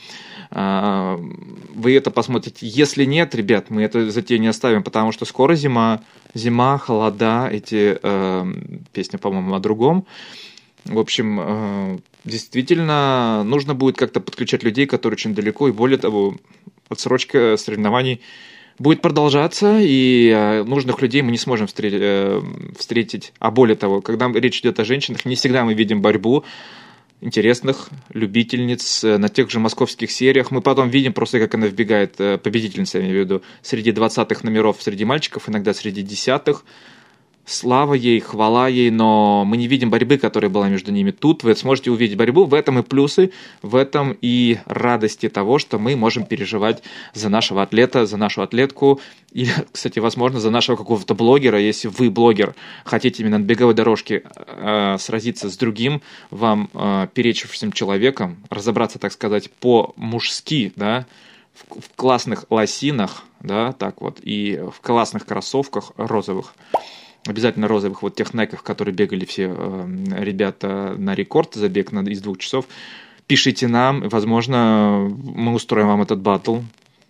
вы это посмотрите. Если нет, ребят, мы это затею не оставим, потому что скоро зима, зима, холода, эти э, песни, по-моему, о другом. В общем, э, действительно, нужно будет как-то подключать людей, которые очень далеко, и более того, отсрочка соревнований будет продолжаться, и э, нужных людей мы не сможем встретить, э, встретить. А более того, когда речь идет о женщинах, не всегда мы видим борьбу интересных любительниц на тех же московских сериях. Мы потом видим просто, как она вбегает, победительница, я имею в виду, среди двадцатых номеров, среди мальчиков, иногда среди десятых. Слава ей, хвала ей, но мы не видим борьбы, которая была между ними. Тут вы сможете увидеть борьбу, в этом и плюсы, в этом и радости того, что мы можем переживать за нашего атлета, за нашу атлетку, и, кстати, возможно, за нашего какого-то блогера. Если вы, блогер, хотите именно на беговой дорожке э, сразиться с другим, вам э, перечившим человеком, разобраться, так сказать, по-мужски, да, в, в классных лосинах, да, так вот, и в классных кроссовках розовых, обязательно розовых, вот тех найках, которые бегали все э, ребята на рекорд, забег на, из двух часов. Пишите нам, возможно, мы устроим вам этот баттл.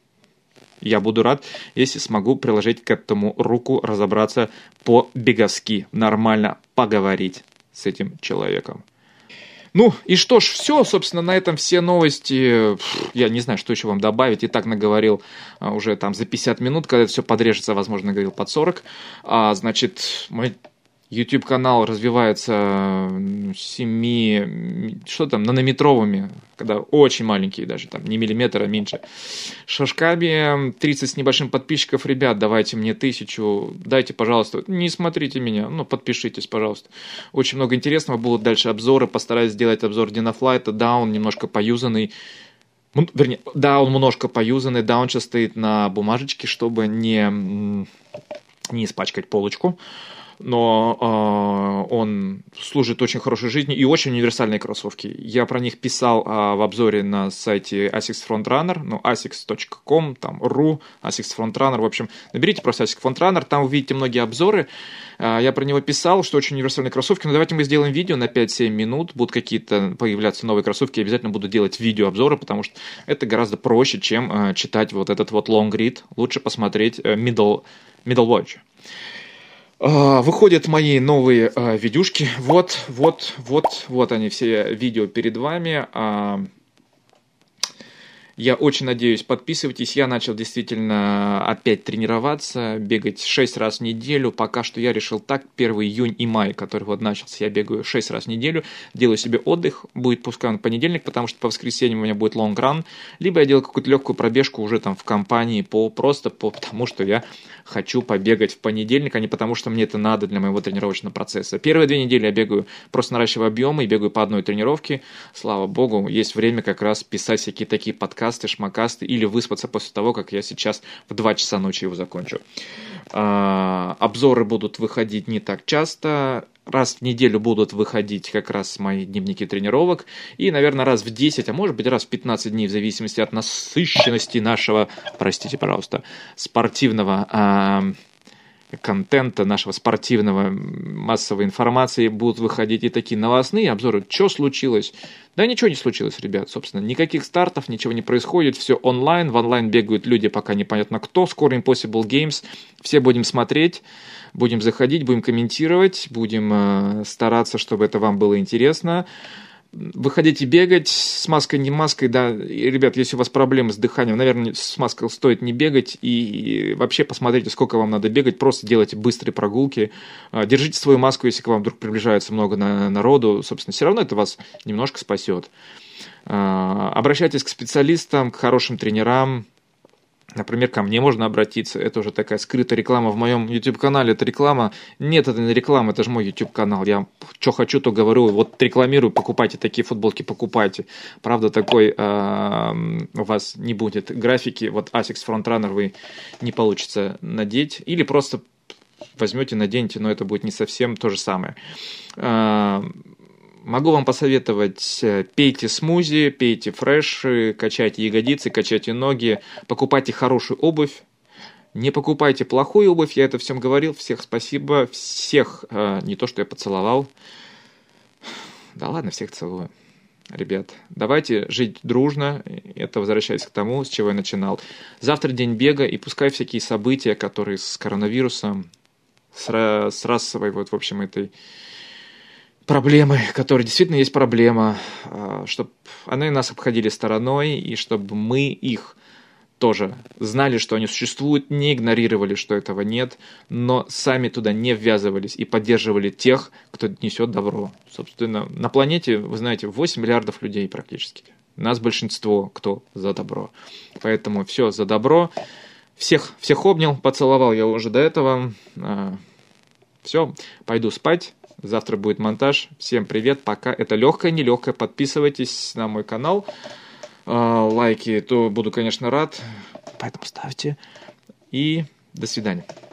Я буду рад, если смогу приложить к этому руку, разобраться по-беговски, нормально поговорить с этим человеком. Ну, и что ж, все, собственно, на этом все новости. Я не знаю, что еще вам добавить. И так наговорил уже там за пятьдесят минут, когда это все подрежется, возможно, говорил под сорок. А, значит, мой YouTube-канал развивается семи, что там, нанометровыми, когда очень маленькие даже, там, не миллиметр, а меньше, шажками, тридцать с небольшим подписчиков. Ребят, давайте мне тысячу, дайте, пожалуйста, не смотрите меня, ну, подпишитесь, пожалуйста. Очень много интересного, будут дальше обзоры, постараюсь сделать обзор Динафлайта, да, он немножко поюзанный, вернее, да, он немножко поюзанный, да, он сейчас стоит на бумажечке, чтобы не, не испачкать полочку. но э, он служит очень хорошей жизни и очень универсальные кроссовки. Я про них писал э, в обзоре на сайте Asics Frontrunner, ну, asics точка ком, там, ру, Asics Frontrunner, в общем, наберите просто Asics Frontrunner, там увидите многие обзоры. Э, я про него писал, что очень универсальные кроссовки, но давайте мы сделаем видео на пять-семь минут, будут какие-то появляться новые кроссовки, я обязательно буду делать видеообзоры, потому что это гораздо проще, чем э, читать вот этот вот long read, лучше посмотреть э, middle, middle watch. Выходят мои новые э, видюшки. Вот, вот, вот, вот они все видео перед вами. А, я очень надеюсь, подписывайтесь. Я начал действительно опять тренироваться, бегать шесть раз в неделю. Пока что я решил так, первый июнь и май, который вот начался, я бегаю шесть раз в неделю. Делаю себе отдых, будет пускай он понедельник, потому что по воскресеньям у меня будет long run. Либо я делаю какую-то легкую пробежку уже там в компании, по, просто по, потому что я хочу побегать в понедельник, а не потому что мне это надо для моего тренировочного процесса. Первые две недели я бегаю, просто наращиваю объемы и бегаю по одной тренировке. Слава богу, есть время как раз писать всякие такие подкасты, шмакасты или выспаться после того, как я сейчас в два часа ночи его закончу. А, обзоры будут выходить не так часто. Раз в неделю будут выходить как раз мои дневники тренировок. И, наверное, раз в десять, а может быть раз в пятнадцать дней, в зависимости от насыщенности нашего, простите, пожалуйста, спортивного а, контента, нашего спортивного массовой информации, будут выходить и такие новостные обзоры. Что случилось? Да ничего не случилось, ребят, собственно. Никаких стартов, ничего не происходит. Все онлайн. В онлайн бегают люди, пока непонятно кто. Скоро Impossible Games. Все будем смотреть. Будем заходить, будем комментировать, будем э, стараться, чтобы это вам было интересно. Выходите бегать с маской, не маской, да. И, ребят, если у вас проблемы с дыханием, наверное, с маской стоит не бегать. И вообще посмотрите, сколько вам надо бегать. Просто делайте быстрые прогулки. Держите свою маску, если к вам вдруг приближается много народу. Собственно, все равно это вас немножко спасет. Обращайтесь к специалистам, к хорошим тренерам. Например, ко мне можно обратиться, это уже такая скрытая реклама в моем YouTube-канале, это реклама, нет, это не реклама, это же мой YouTube-канал, я что хочу, то говорю, вот рекламирую, покупайте такие футболки, покупайте, правда, такой э, у вас не будет графики, вот Asics Frontrunner вы не получится надеть, или просто возьмете, наденьте, но это будет не совсем то же самое. Э, Могу вам посоветовать, пейте смузи, пейте фреши, качайте ягодицы, качайте ноги, покупайте хорошую обувь, не покупайте плохую обувь, я это всем говорил, всех спасибо, всех, не то что я поцеловал, да ладно, всех целую. Ребят, давайте жить дружно, это возвращаясь к тому, с чего я начинал. Завтра день бега, и пускай всякие события, которые с коронавирусом, с, с расовой, вот в общем, этой проблемы, которые действительно есть проблема, чтобы они нас обходили стороной, и чтобы мы их тоже знали, что они существуют, не игнорировали, что этого нет, но сами туда не ввязывались и поддерживали тех, кто несет добро. Собственно, на планете, вы знаете, восемь миллиардов людей практически. Нас большинство, кто за добро. Поэтому все за добро. Всех, всех обнял, поцеловал я уже до этого. Все, пойду спать. Завтра будет монтаж. Всем привет, пока. Это легкое, нелегкое. Подписывайтесь на мой канал. Лайки, то буду, конечно, рад. Поэтому ставьте. И до свидания.